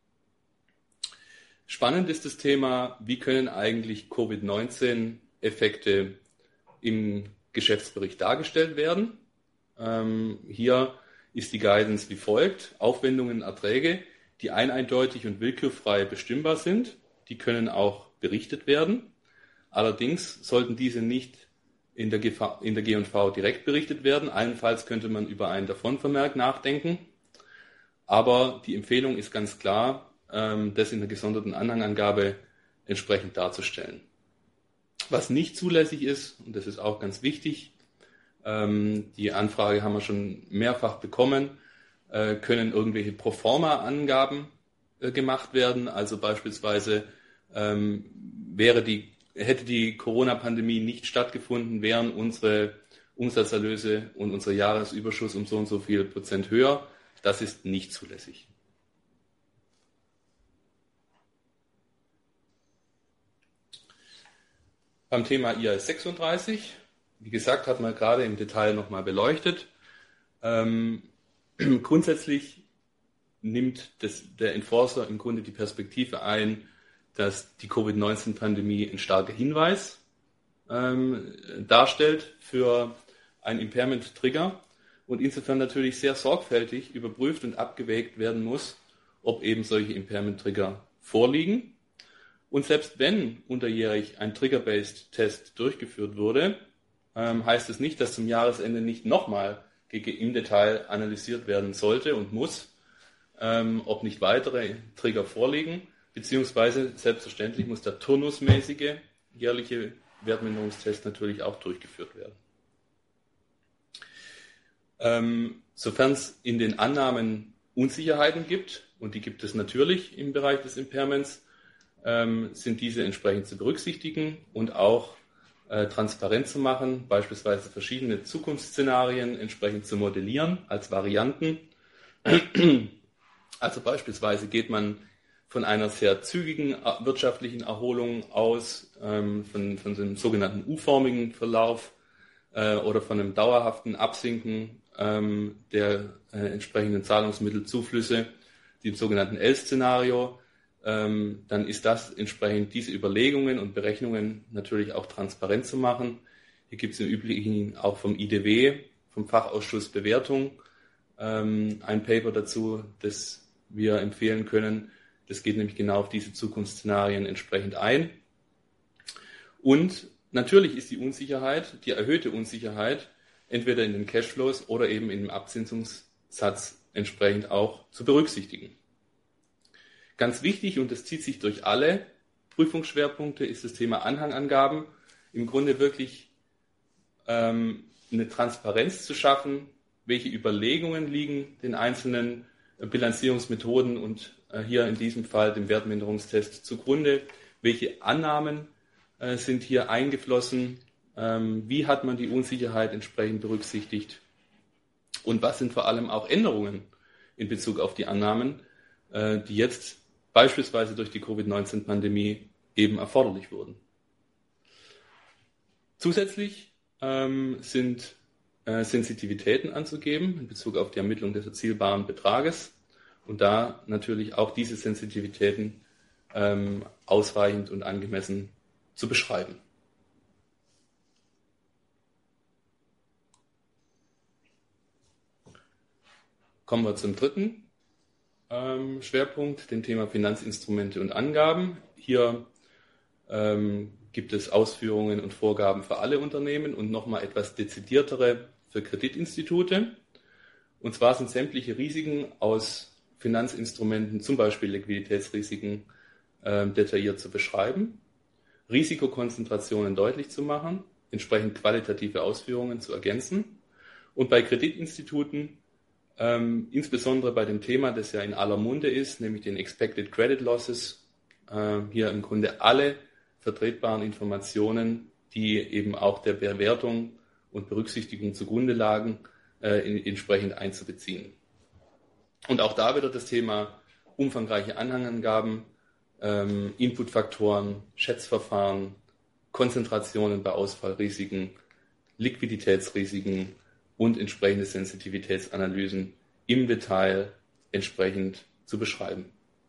Spannend ist das Thema, wie können eigentlich Covid-19-Effekte im Geschäftsbericht dargestellt werden. Hier ist die Guidance wie folgt: Aufwendungen, Erträge, die eindeutig und willkürfrei bestimmbar sind, die können auch berichtet werden. Allerdings sollten diese nicht in der G&V direkt berichtet werden. Allenfalls könnte man über einen Davonvermerk nachdenken. Aber die Empfehlung ist ganz klar, das in der gesonderten Anhangangabe entsprechend darzustellen. Was nicht zulässig ist, und das ist auch ganz wichtig, die Anfrage haben wir schon mehrfach bekommen, können irgendwelche Proforma-Angaben gemacht werden. Also beispielsweise hätte die Corona-Pandemie nicht stattgefunden, wären unsere Umsatzerlöse und unser Jahresüberschuss um so und so viel Prozent höher. Das ist nicht zulässig. Beim Thema IAS 36, wie gesagt, hat man gerade im Detail nochmal beleuchtet. Grundsätzlich nimmt der Enforcer im Grunde die Perspektive ein, dass die Covid-19-Pandemie ein starker Hinweis darstellt für einen Impairment-Trigger und insofern natürlich sehr sorgfältig überprüft und abgewägt werden muss, ob eben solche Impairment-Trigger vorliegen. Und selbst wenn unterjährig ein Trigger-Based-Test durchgeführt wurde, heißt es nicht, dass zum Jahresende nicht nochmal im Detail analysiert werden sollte und muss, ob nicht weitere Trigger vorliegen, beziehungsweise selbstverständlich muss der turnusmäßige jährliche Wertminderungstest natürlich auch durchgeführt werden. Sofern es in den Annahmen Unsicherheiten gibt, und die gibt es natürlich im Bereich des Impairments, sind diese entsprechend zu berücksichtigen und auch transparent zu machen, beispielsweise verschiedene Zukunftsszenarien entsprechend zu modellieren als Varianten. Also beispielsweise geht man von einer sehr zügigen wirtschaftlichen Erholung aus, von dem sogenannten U-förmigen Verlauf oder von einem dauerhaften Absinken der entsprechenden Zahlungsmittelzuflüsse, dem sogenannten L-Szenario. Dann ist das entsprechend diese Überlegungen und Berechnungen natürlich auch transparent zu machen. Hier gibt es im Übrigen auch vom IDW, vom Fachausschuss Bewertung, ein Paper dazu, das wir empfehlen können. Das geht nämlich genau auf diese Zukunftsszenarien entsprechend ein. Und natürlich ist die Unsicherheit, die erhöhte Unsicherheit, entweder in den Cashflows oder eben in dem Abzinsungssatz entsprechend auch zu berücksichtigen. Ganz wichtig, und das zieht sich durch alle Prüfungsschwerpunkte, ist das Thema Anhangangaben. Im Grunde wirklich eine Transparenz zu schaffen, welche Überlegungen liegen den einzelnen Bilanzierungsmethoden und hier in diesem Fall dem Wertminderungstest zugrunde, welche Annahmen sind hier eingeflossen, wie hat man die Unsicherheit entsprechend berücksichtigt und was sind vor allem auch Änderungen in Bezug auf die Annahmen, die jetzt beispielsweise durch die Covid-19-Pandemie eben erforderlich wurden. Zusätzlich sind Sensitivitäten anzugeben in Bezug auf die Ermittlung des erzielbaren Betrages und da natürlich auch diese Sensitivitäten ausreichend und angemessen zu beschreiben. Kommen wir zum dritten Schwerpunkt, dem Thema Finanzinstrumente und Angaben. Hier gibt es Ausführungen und Vorgaben für alle Unternehmen und nochmal etwas dezidiertere für Kreditinstitute. Und zwar sind sämtliche Risiken aus Finanzinstrumenten, zum Beispiel Liquiditätsrisiken, detailliert zu beschreiben, Risikokonzentrationen deutlich zu machen, entsprechend qualitative Ausführungen zu ergänzen und bei Kreditinstituten, insbesondere bei dem Thema, das ja in aller Munde ist, nämlich den Expected Credit Losses, hier im Grunde alle vertretbaren Informationen, die eben auch der Bewertung und Berücksichtigung zugrunde lagen, entsprechend einzubeziehen. Und auch da wieder das Thema umfangreiche Anhangangaben, Inputfaktoren, Schätzverfahren, Konzentrationen bei Ausfallrisiken, Liquiditätsrisiken und entsprechende Sensitivitätsanalysen im Detail entsprechend zu beschreiben.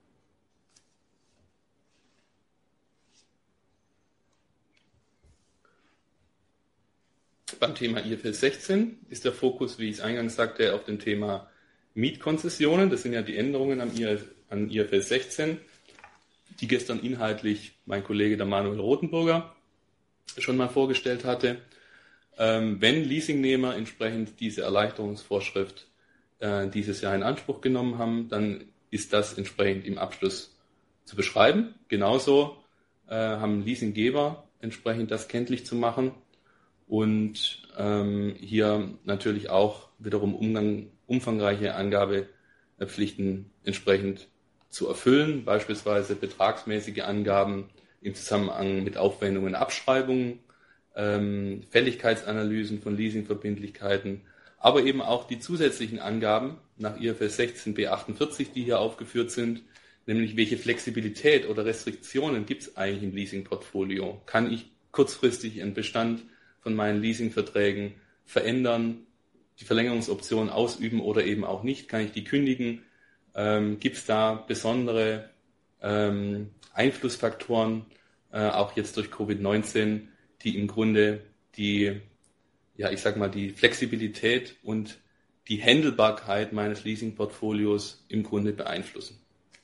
Beim Thema IFRS 16 ist der Fokus, wie ich es eingangs sagte, auf dem Thema Mietkonzessionen. Das sind ja die Änderungen an IFRS 16, die gestern inhaltlich mein Kollege der Manuel Rothenburger schon mal vorgestellt hatte. Wenn Leasingnehmer entsprechend diese Erleichterungsvorschrift dieses Jahr in Anspruch genommen haben, dann ist das entsprechend im Abschluss zu beschreiben. Genauso haben Leasinggeber entsprechend das kenntlich zu machen und hier natürlich auch wiederum umfangreiche Angabepflichten entsprechend zu erfüllen, beispielsweise betragsmäßige Angaben im Zusammenhang mit Aufwendungen und Abschreibungen, Fälligkeitsanalysen von Leasingverbindlichkeiten, aber eben auch die zusätzlichen Angaben nach IFRS 16 B48, die hier aufgeführt sind, nämlich welche Flexibilität oder Restriktionen gibt es eigentlich im Leasingportfolio? Kann ich kurzfristig einen Bestand von meinen Leasingverträgen verändern, die Verlängerungsoption ausüben oder eben auch nicht? Kann ich die kündigen? Gibt es da besondere Einflussfaktoren, auch jetzt durch Covid-19, die im Grunde die Flexibilität und die Handelbarkeit meines Leasingportfolios im Grunde beeinflussen?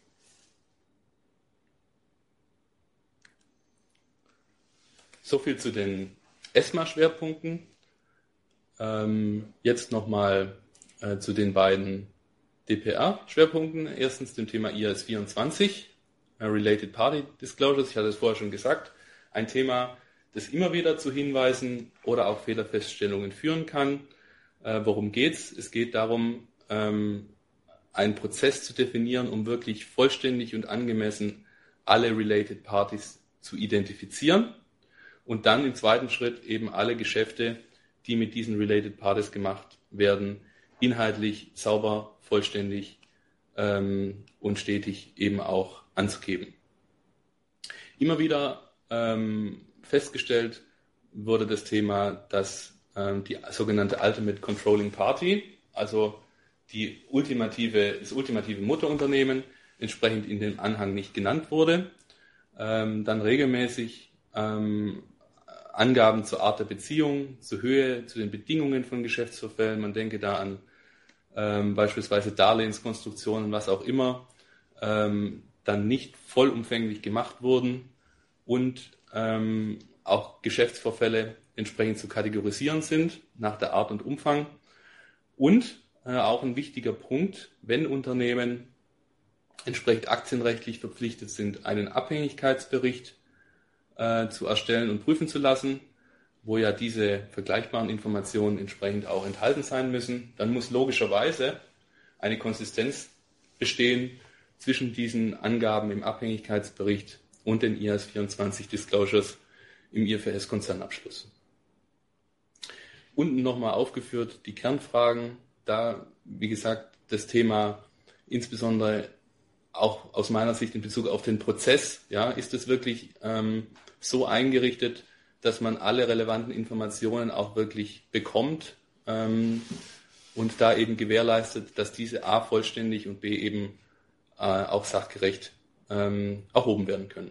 So viel zu den ESMA-Schwerpunkten. Jetzt nochmal zu den beiden DPR-Schwerpunkten. Erstens dem Thema IAS 24, Related Party Disclosures. Ich hatte es vorher schon gesagt. Ein Thema, das immer wieder zu Hinweisen oder auch Fehlerfeststellungen führen kann. Worum geht's? Es geht darum, einen Prozess zu definieren, um wirklich vollständig und angemessen alle Related Parties zu identifizieren und dann im zweiten Schritt eben alle Geschäfte, die mit diesen Related Parties gemacht werden, inhaltlich sauber, vollständig und stetig eben auch anzugeben. Immer wieder festgestellt wurde das Thema, dass die sogenannte Ultimate Controlling Party, also das ultimative Mutterunternehmen, entsprechend in dem Anhang nicht genannt wurde. Dann regelmäßig Angaben zur Art der Beziehung, zur Höhe, zu den Bedingungen von Geschäftsverfällen. Man denke da an beispielsweise Darlehenskonstruktionen, was auch immer, dann nicht vollumfänglich gemacht wurden und auch Geschäftsvorfälle entsprechend zu kategorisieren sind nach der Art und Umfang. Und auch ein wichtiger Punkt, wenn Unternehmen entsprechend aktienrechtlich verpflichtet sind, einen Abhängigkeitsbericht zu erstellen und prüfen zu lassen, wo ja diese vergleichbaren Informationen entsprechend auch enthalten sein müssen, dann muss logischerweise eine Konsistenz bestehen zwischen diesen Angaben im Abhängigkeitsbericht und den IAS 24 Disclosures im IFRS-Konzernabschluss. Unten nochmal aufgeführt die Kernfragen, da, wie gesagt, das Thema insbesondere auch aus meiner Sicht in Bezug auf den Prozess, ja, ist es wirklich so eingerichtet, dass man alle relevanten Informationen auch wirklich bekommt und da eben gewährleistet, dass diese A vollständig und B eben auch sachgerecht erhoben werden können.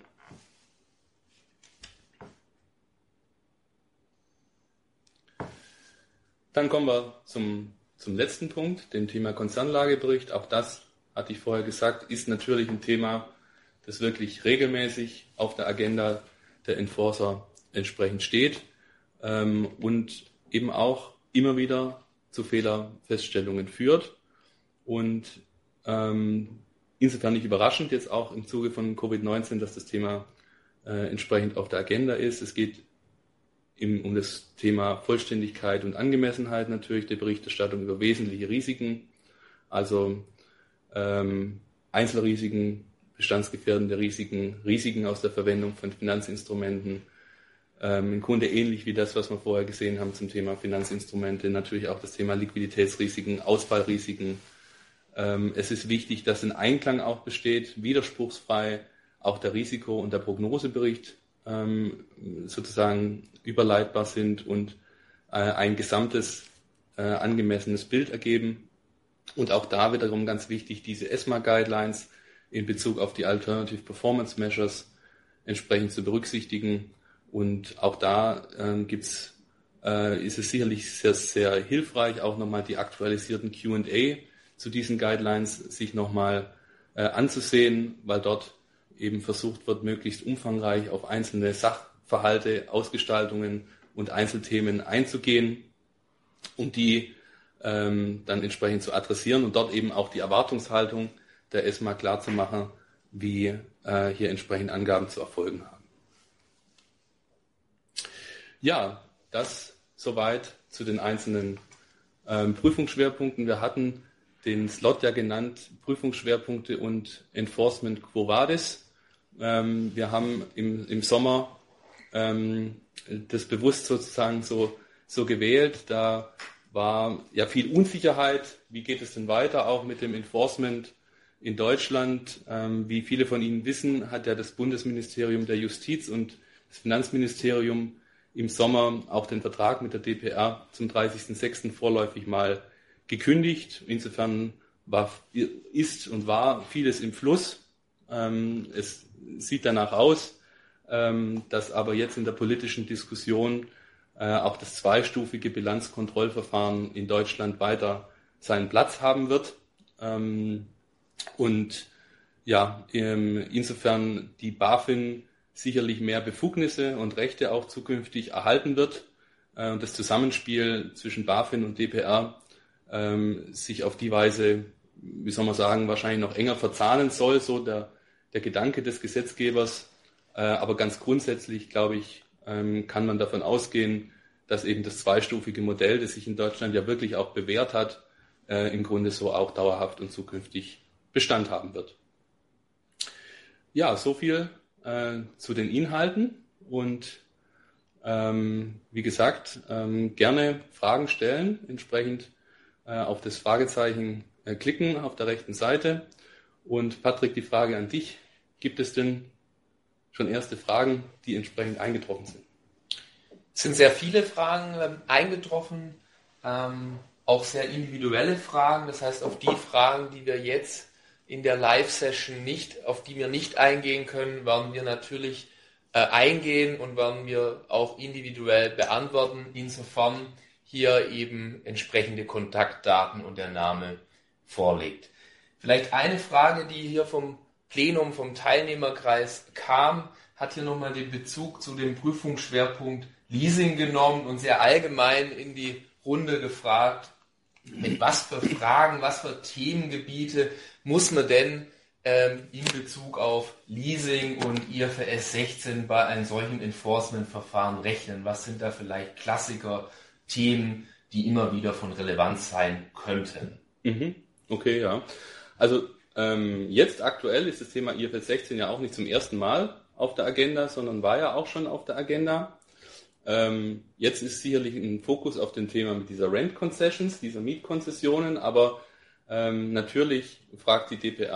Dann kommen wir zum letzten Punkt, dem Thema Konzernlagebericht. Auch das, hatte ich vorher gesagt, ist natürlich ein Thema, das wirklich regelmäßig auf der Agenda der Enforcer entsprechend steht und eben auch immer wieder zu Fehlerfeststellungen führt. Und insofern nicht überraschend jetzt auch im Zuge von Covid-19, dass das Thema entsprechend auf der Agenda ist. Es geht um das Thema Vollständigkeit und Angemessenheit natürlich der Berichterstattung über wesentliche Risiken, also Einzelrisiken, bestandsgefährdende Risiken, Risiken aus der Verwendung von Finanzinstrumenten, im Grunde ähnlich wie das, was wir vorher gesehen haben zum Thema Finanzinstrumente, natürlich auch das Thema Liquiditätsrisiken, Ausfallrisiken. Es ist wichtig, dass ein Einklang auch besteht, widerspruchsfrei auch der Risiko- und der Prognosebericht sozusagen überleitbar sind und ein gesamtes angemessenes Bild ergeben. Und auch da wiederum ganz wichtig, diese ESMA-Guidelines in Bezug auf die Alternative Performance Measures entsprechend zu berücksichtigen. Und auch da ist es sicherlich sehr, sehr hilfreich, auch nochmal die aktualisierten Q&A zu diesen Guidelines sich nochmal anzusehen, weil dort eben versucht wird, möglichst umfangreich auf einzelne Sachverhalte, Ausgestaltungen und Einzelthemen einzugehen, um die dann entsprechend zu adressieren und dort eben auch die Erwartungshaltung der ESMA klarzumachen, wie hier entsprechend Angaben zu erfolgen haben. Ja, das soweit zu den einzelnen Prüfungsschwerpunkten. Wir hatten den Slot ja genannt, Prüfungsschwerpunkte und Enforcement Quo Vadis. Wir haben im Sommer das bewusst sozusagen so gewählt. Da war ja viel Unsicherheit. Wie geht es denn weiter auch mit dem Enforcement in Deutschland? Wie viele von Ihnen wissen, hat ja das Bundesministerium der Justiz und das Finanzministerium im Sommer auch den Vertrag mit der DPR zum 30.06. vorläufig mal gekündigt. Insofern ist und war vieles im Fluss. Es sieht danach aus, dass aber jetzt in der politischen Diskussion auch das zweistufige Bilanzkontrollverfahren in Deutschland weiter seinen Platz haben wird. Und ja, insofern die BaFin sicherlich mehr Befugnisse und Rechte auch zukünftig erhalten wird. Und das Zusammenspiel zwischen BaFin und DPR sich auf die Weise, wie soll man sagen, wahrscheinlich noch enger verzahnen soll, so der Gedanke des Gesetzgebers. Aber ganz grundsätzlich, glaube ich, kann man davon ausgehen, dass eben das zweistufige Modell, das sich in Deutschland ja wirklich auch bewährt hat, im Grunde so auch dauerhaft und zukünftig Bestand haben wird. Ja, so viel zu den Inhalten und wie gesagt, gerne Fragen stellen, entsprechend auf das Fragezeichen klicken auf der rechten Seite. Und Patrick, die Frage an dich, gibt es denn schon erste Fragen, die entsprechend eingetroffen sind? Es sind sehr viele Fragen eingetroffen, auch sehr individuelle Fragen. Das heißt, auf die Fragen, die wir jetzt in der Live-Session auf die wir nicht eingehen können, werden wir natürlich eingehen und werden wir auch individuell beantworten, insofern hier eben entsprechende Kontaktdaten und der Name vorliegt. Vielleicht eine Frage, die hier vom Plenum, vom Teilnehmerkreis kam, hat hier nochmal den Bezug zu dem Prüfungsschwerpunkt Leasing genommen und sehr allgemein in die Runde gefragt, mit was für Fragen, was für Themengebiete muss man denn in Bezug auf Leasing und IFRS 16 bei einem solchen Enforcement-Verfahren rechnen? Was sind da vielleicht Klassiker, Themen, die immer wieder von Relevanz sein könnten? Okay, ja. Also jetzt aktuell ist das Thema IFRS 16 ja auch nicht zum ersten Mal auf der Agenda, sondern war ja auch schon auf der Agenda. Jetzt ist sicherlich ein Fokus auf dem Thema mit dieser Rent Concessions, dieser Mietkonzessionen, aber natürlich fragt die DPR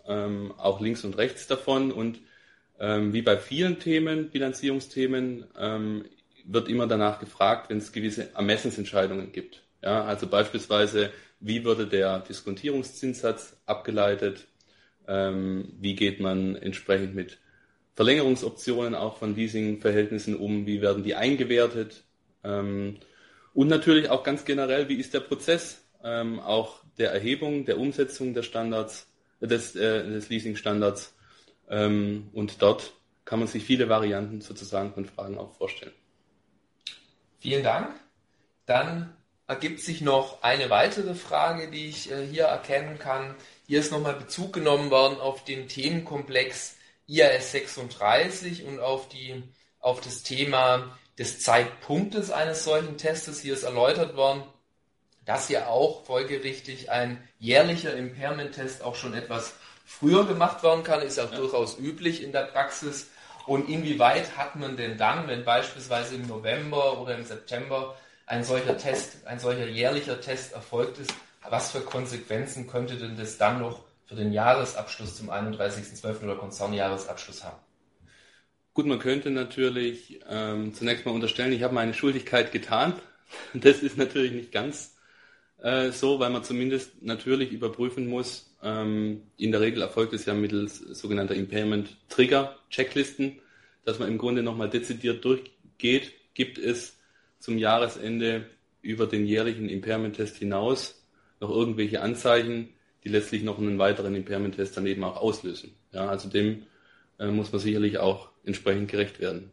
auch links und rechts davon. Und wie bei vielen Themen, Bilanzierungsthemen, wird immer danach gefragt, wenn es gewisse Ermessensentscheidungen gibt. Ja, also beispielsweise, wie würde der Diskontierungszinssatz abgeleitet? Wie geht man entsprechend mit Verlängerungsoptionen auch von Leasingverhältnissen um? Wie werden die eingewertet? Und natürlich auch ganz generell, wie ist der Prozess auch der Erhebung, der Umsetzung der Standards, des Leasing-Standards? Und dort kann man sich viele Varianten sozusagen von Fragen auch vorstellen. Vielen Dank. Dann ergibt sich noch eine weitere Frage, die ich hier erkennen kann. Hier ist nochmal Bezug genommen worden auf den Themenkomplex IAS 36 und auf das Thema des Zeitpunktes eines solchen Testes. Hier ist erläutert worden, dass ja auch folgerichtig ein jährlicher Impairment-Test auch schon etwas früher gemacht werden kann, ist auch durchaus üblich in der Praxis. Und inwieweit hat man denn dann, wenn beispielsweise im November oder im September ein solcher jährlicher Test erfolgt ist, was für Konsequenzen könnte denn das dann noch für den Jahresabschluss zum 31.12. oder Konzernjahresabschluss haben? Gut, man könnte natürlich zunächst mal unterstellen, ich habe meine Schuldigkeit getan. Das ist natürlich nicht ganz so, weil man zumindest natürlich überprüfen muss. In der Regel erfolgt es ja mittels sogenannter Impairment-Trigger-Checklisten, dass man im Grunde nochmal dezidiert durchgeht. Gibt es zum Jahresende über den jährlichen Impairment-Test hinaus noch irgendwelche Anzeichen, die letztlich noch einen weiteren Impairment-Test dann eben auch auslösen? Ja, also dem muss man sicherlich auch entsprechend gerecht werden.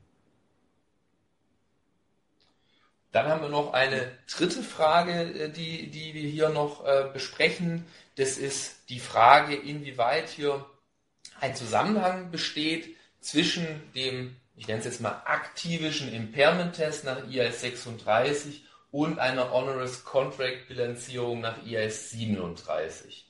Dann haben wir noch eine dritte Frage, die wir hier noch besprechen. Das ist die Frage, inwieweit hier ein Zusammenhang besteht zwischen dem, ich nenne es jetzt mal aktivischen Impairment-Test nach IAS 36 und einer Onerous Contract-Bilanzierung nach IAS 37.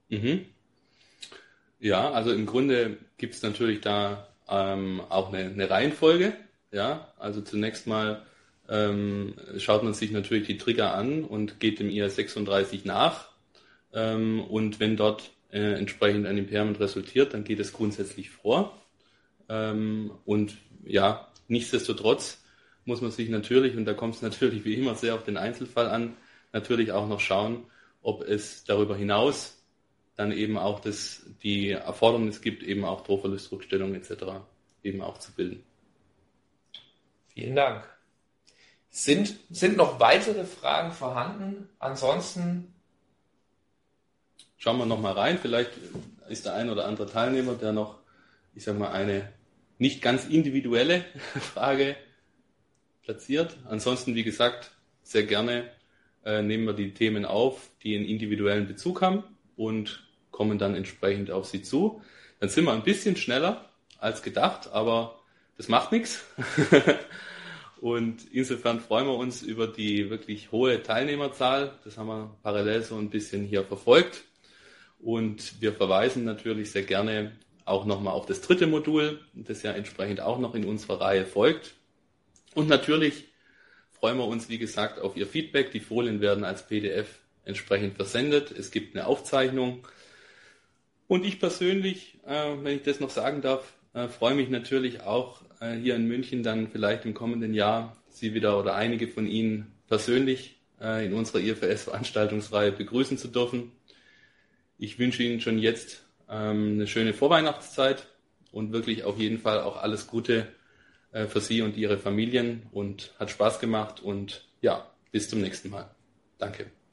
Ja, also im Grunde gibt es natürlich da auch eine Reihenfolge. Ja, also zunächst mal schaut man sich natürlich die Trigger an und geht dem IAS 36 nach. Und wenn dort entsprechend ein Impairment resultiert, dann geht es grundsätzlich vor. Und ja, nichtsdestotrotz muss man sich natürlich, und da kommt es natürlich wie immer sehr auf den Einzelfall an, natürlich auch noch schauen, ob es darüber hinaus dann eben auch die Erfordernis gibt, eben auch Drohverlustrückstellungen etc. eben auch zu bilden. Vielen Dank. Sind noch weitere Fragen vorhanden? Ansonsten schauen wir noch mal rein. Vielleicht ist der ein oder andere Teilnehmer, der noch, ich sage mal, eine nicht ganz individuelle Frage platziert. Ansonsten, wie gesagt, sehr gerne nehmen wir die Themen auf, die einen individuellen Bezug haben und kommen dann entsprechend auf Sie zu. Dann sind wir ein bisschen schneller als gedacht, aber das macht nichts. Und insofern freuen wir uns über die wirklich hohe Teilnehmerzahl. Das haben wir parallel so ein bisschen hier verfolgt. Und wir verweisen natürlich sehr gerne auch nochmal auf das dritte Modul, das ja entsprechend auch noch in unserer Reihe folgt. Und natürlich freuen wir uns, wie gesagt, auf Ihr Feedback. Die Folien werden als PDF entsprechend versendet. Es gibt eine Aufzeichnung. Und ich persönlich, wenn ich das noch sagen darf, freue mich natürlich auch hier in München dann vielleicht im kommenden Jahr Sie wieder oder einige von Ihnen persönlich in unserer IFRS-Veranstaltungsreihe begrüßen zu dürfen. Ich wünsche Ihnen schon jetzt eine schöne Vorweihnachtszeit und wirklich auf jeden Fall auch alles Gute für Sie und Ihre Familien und hat Spaß gemacht und ja, bis zum nächsten Mal. Danke.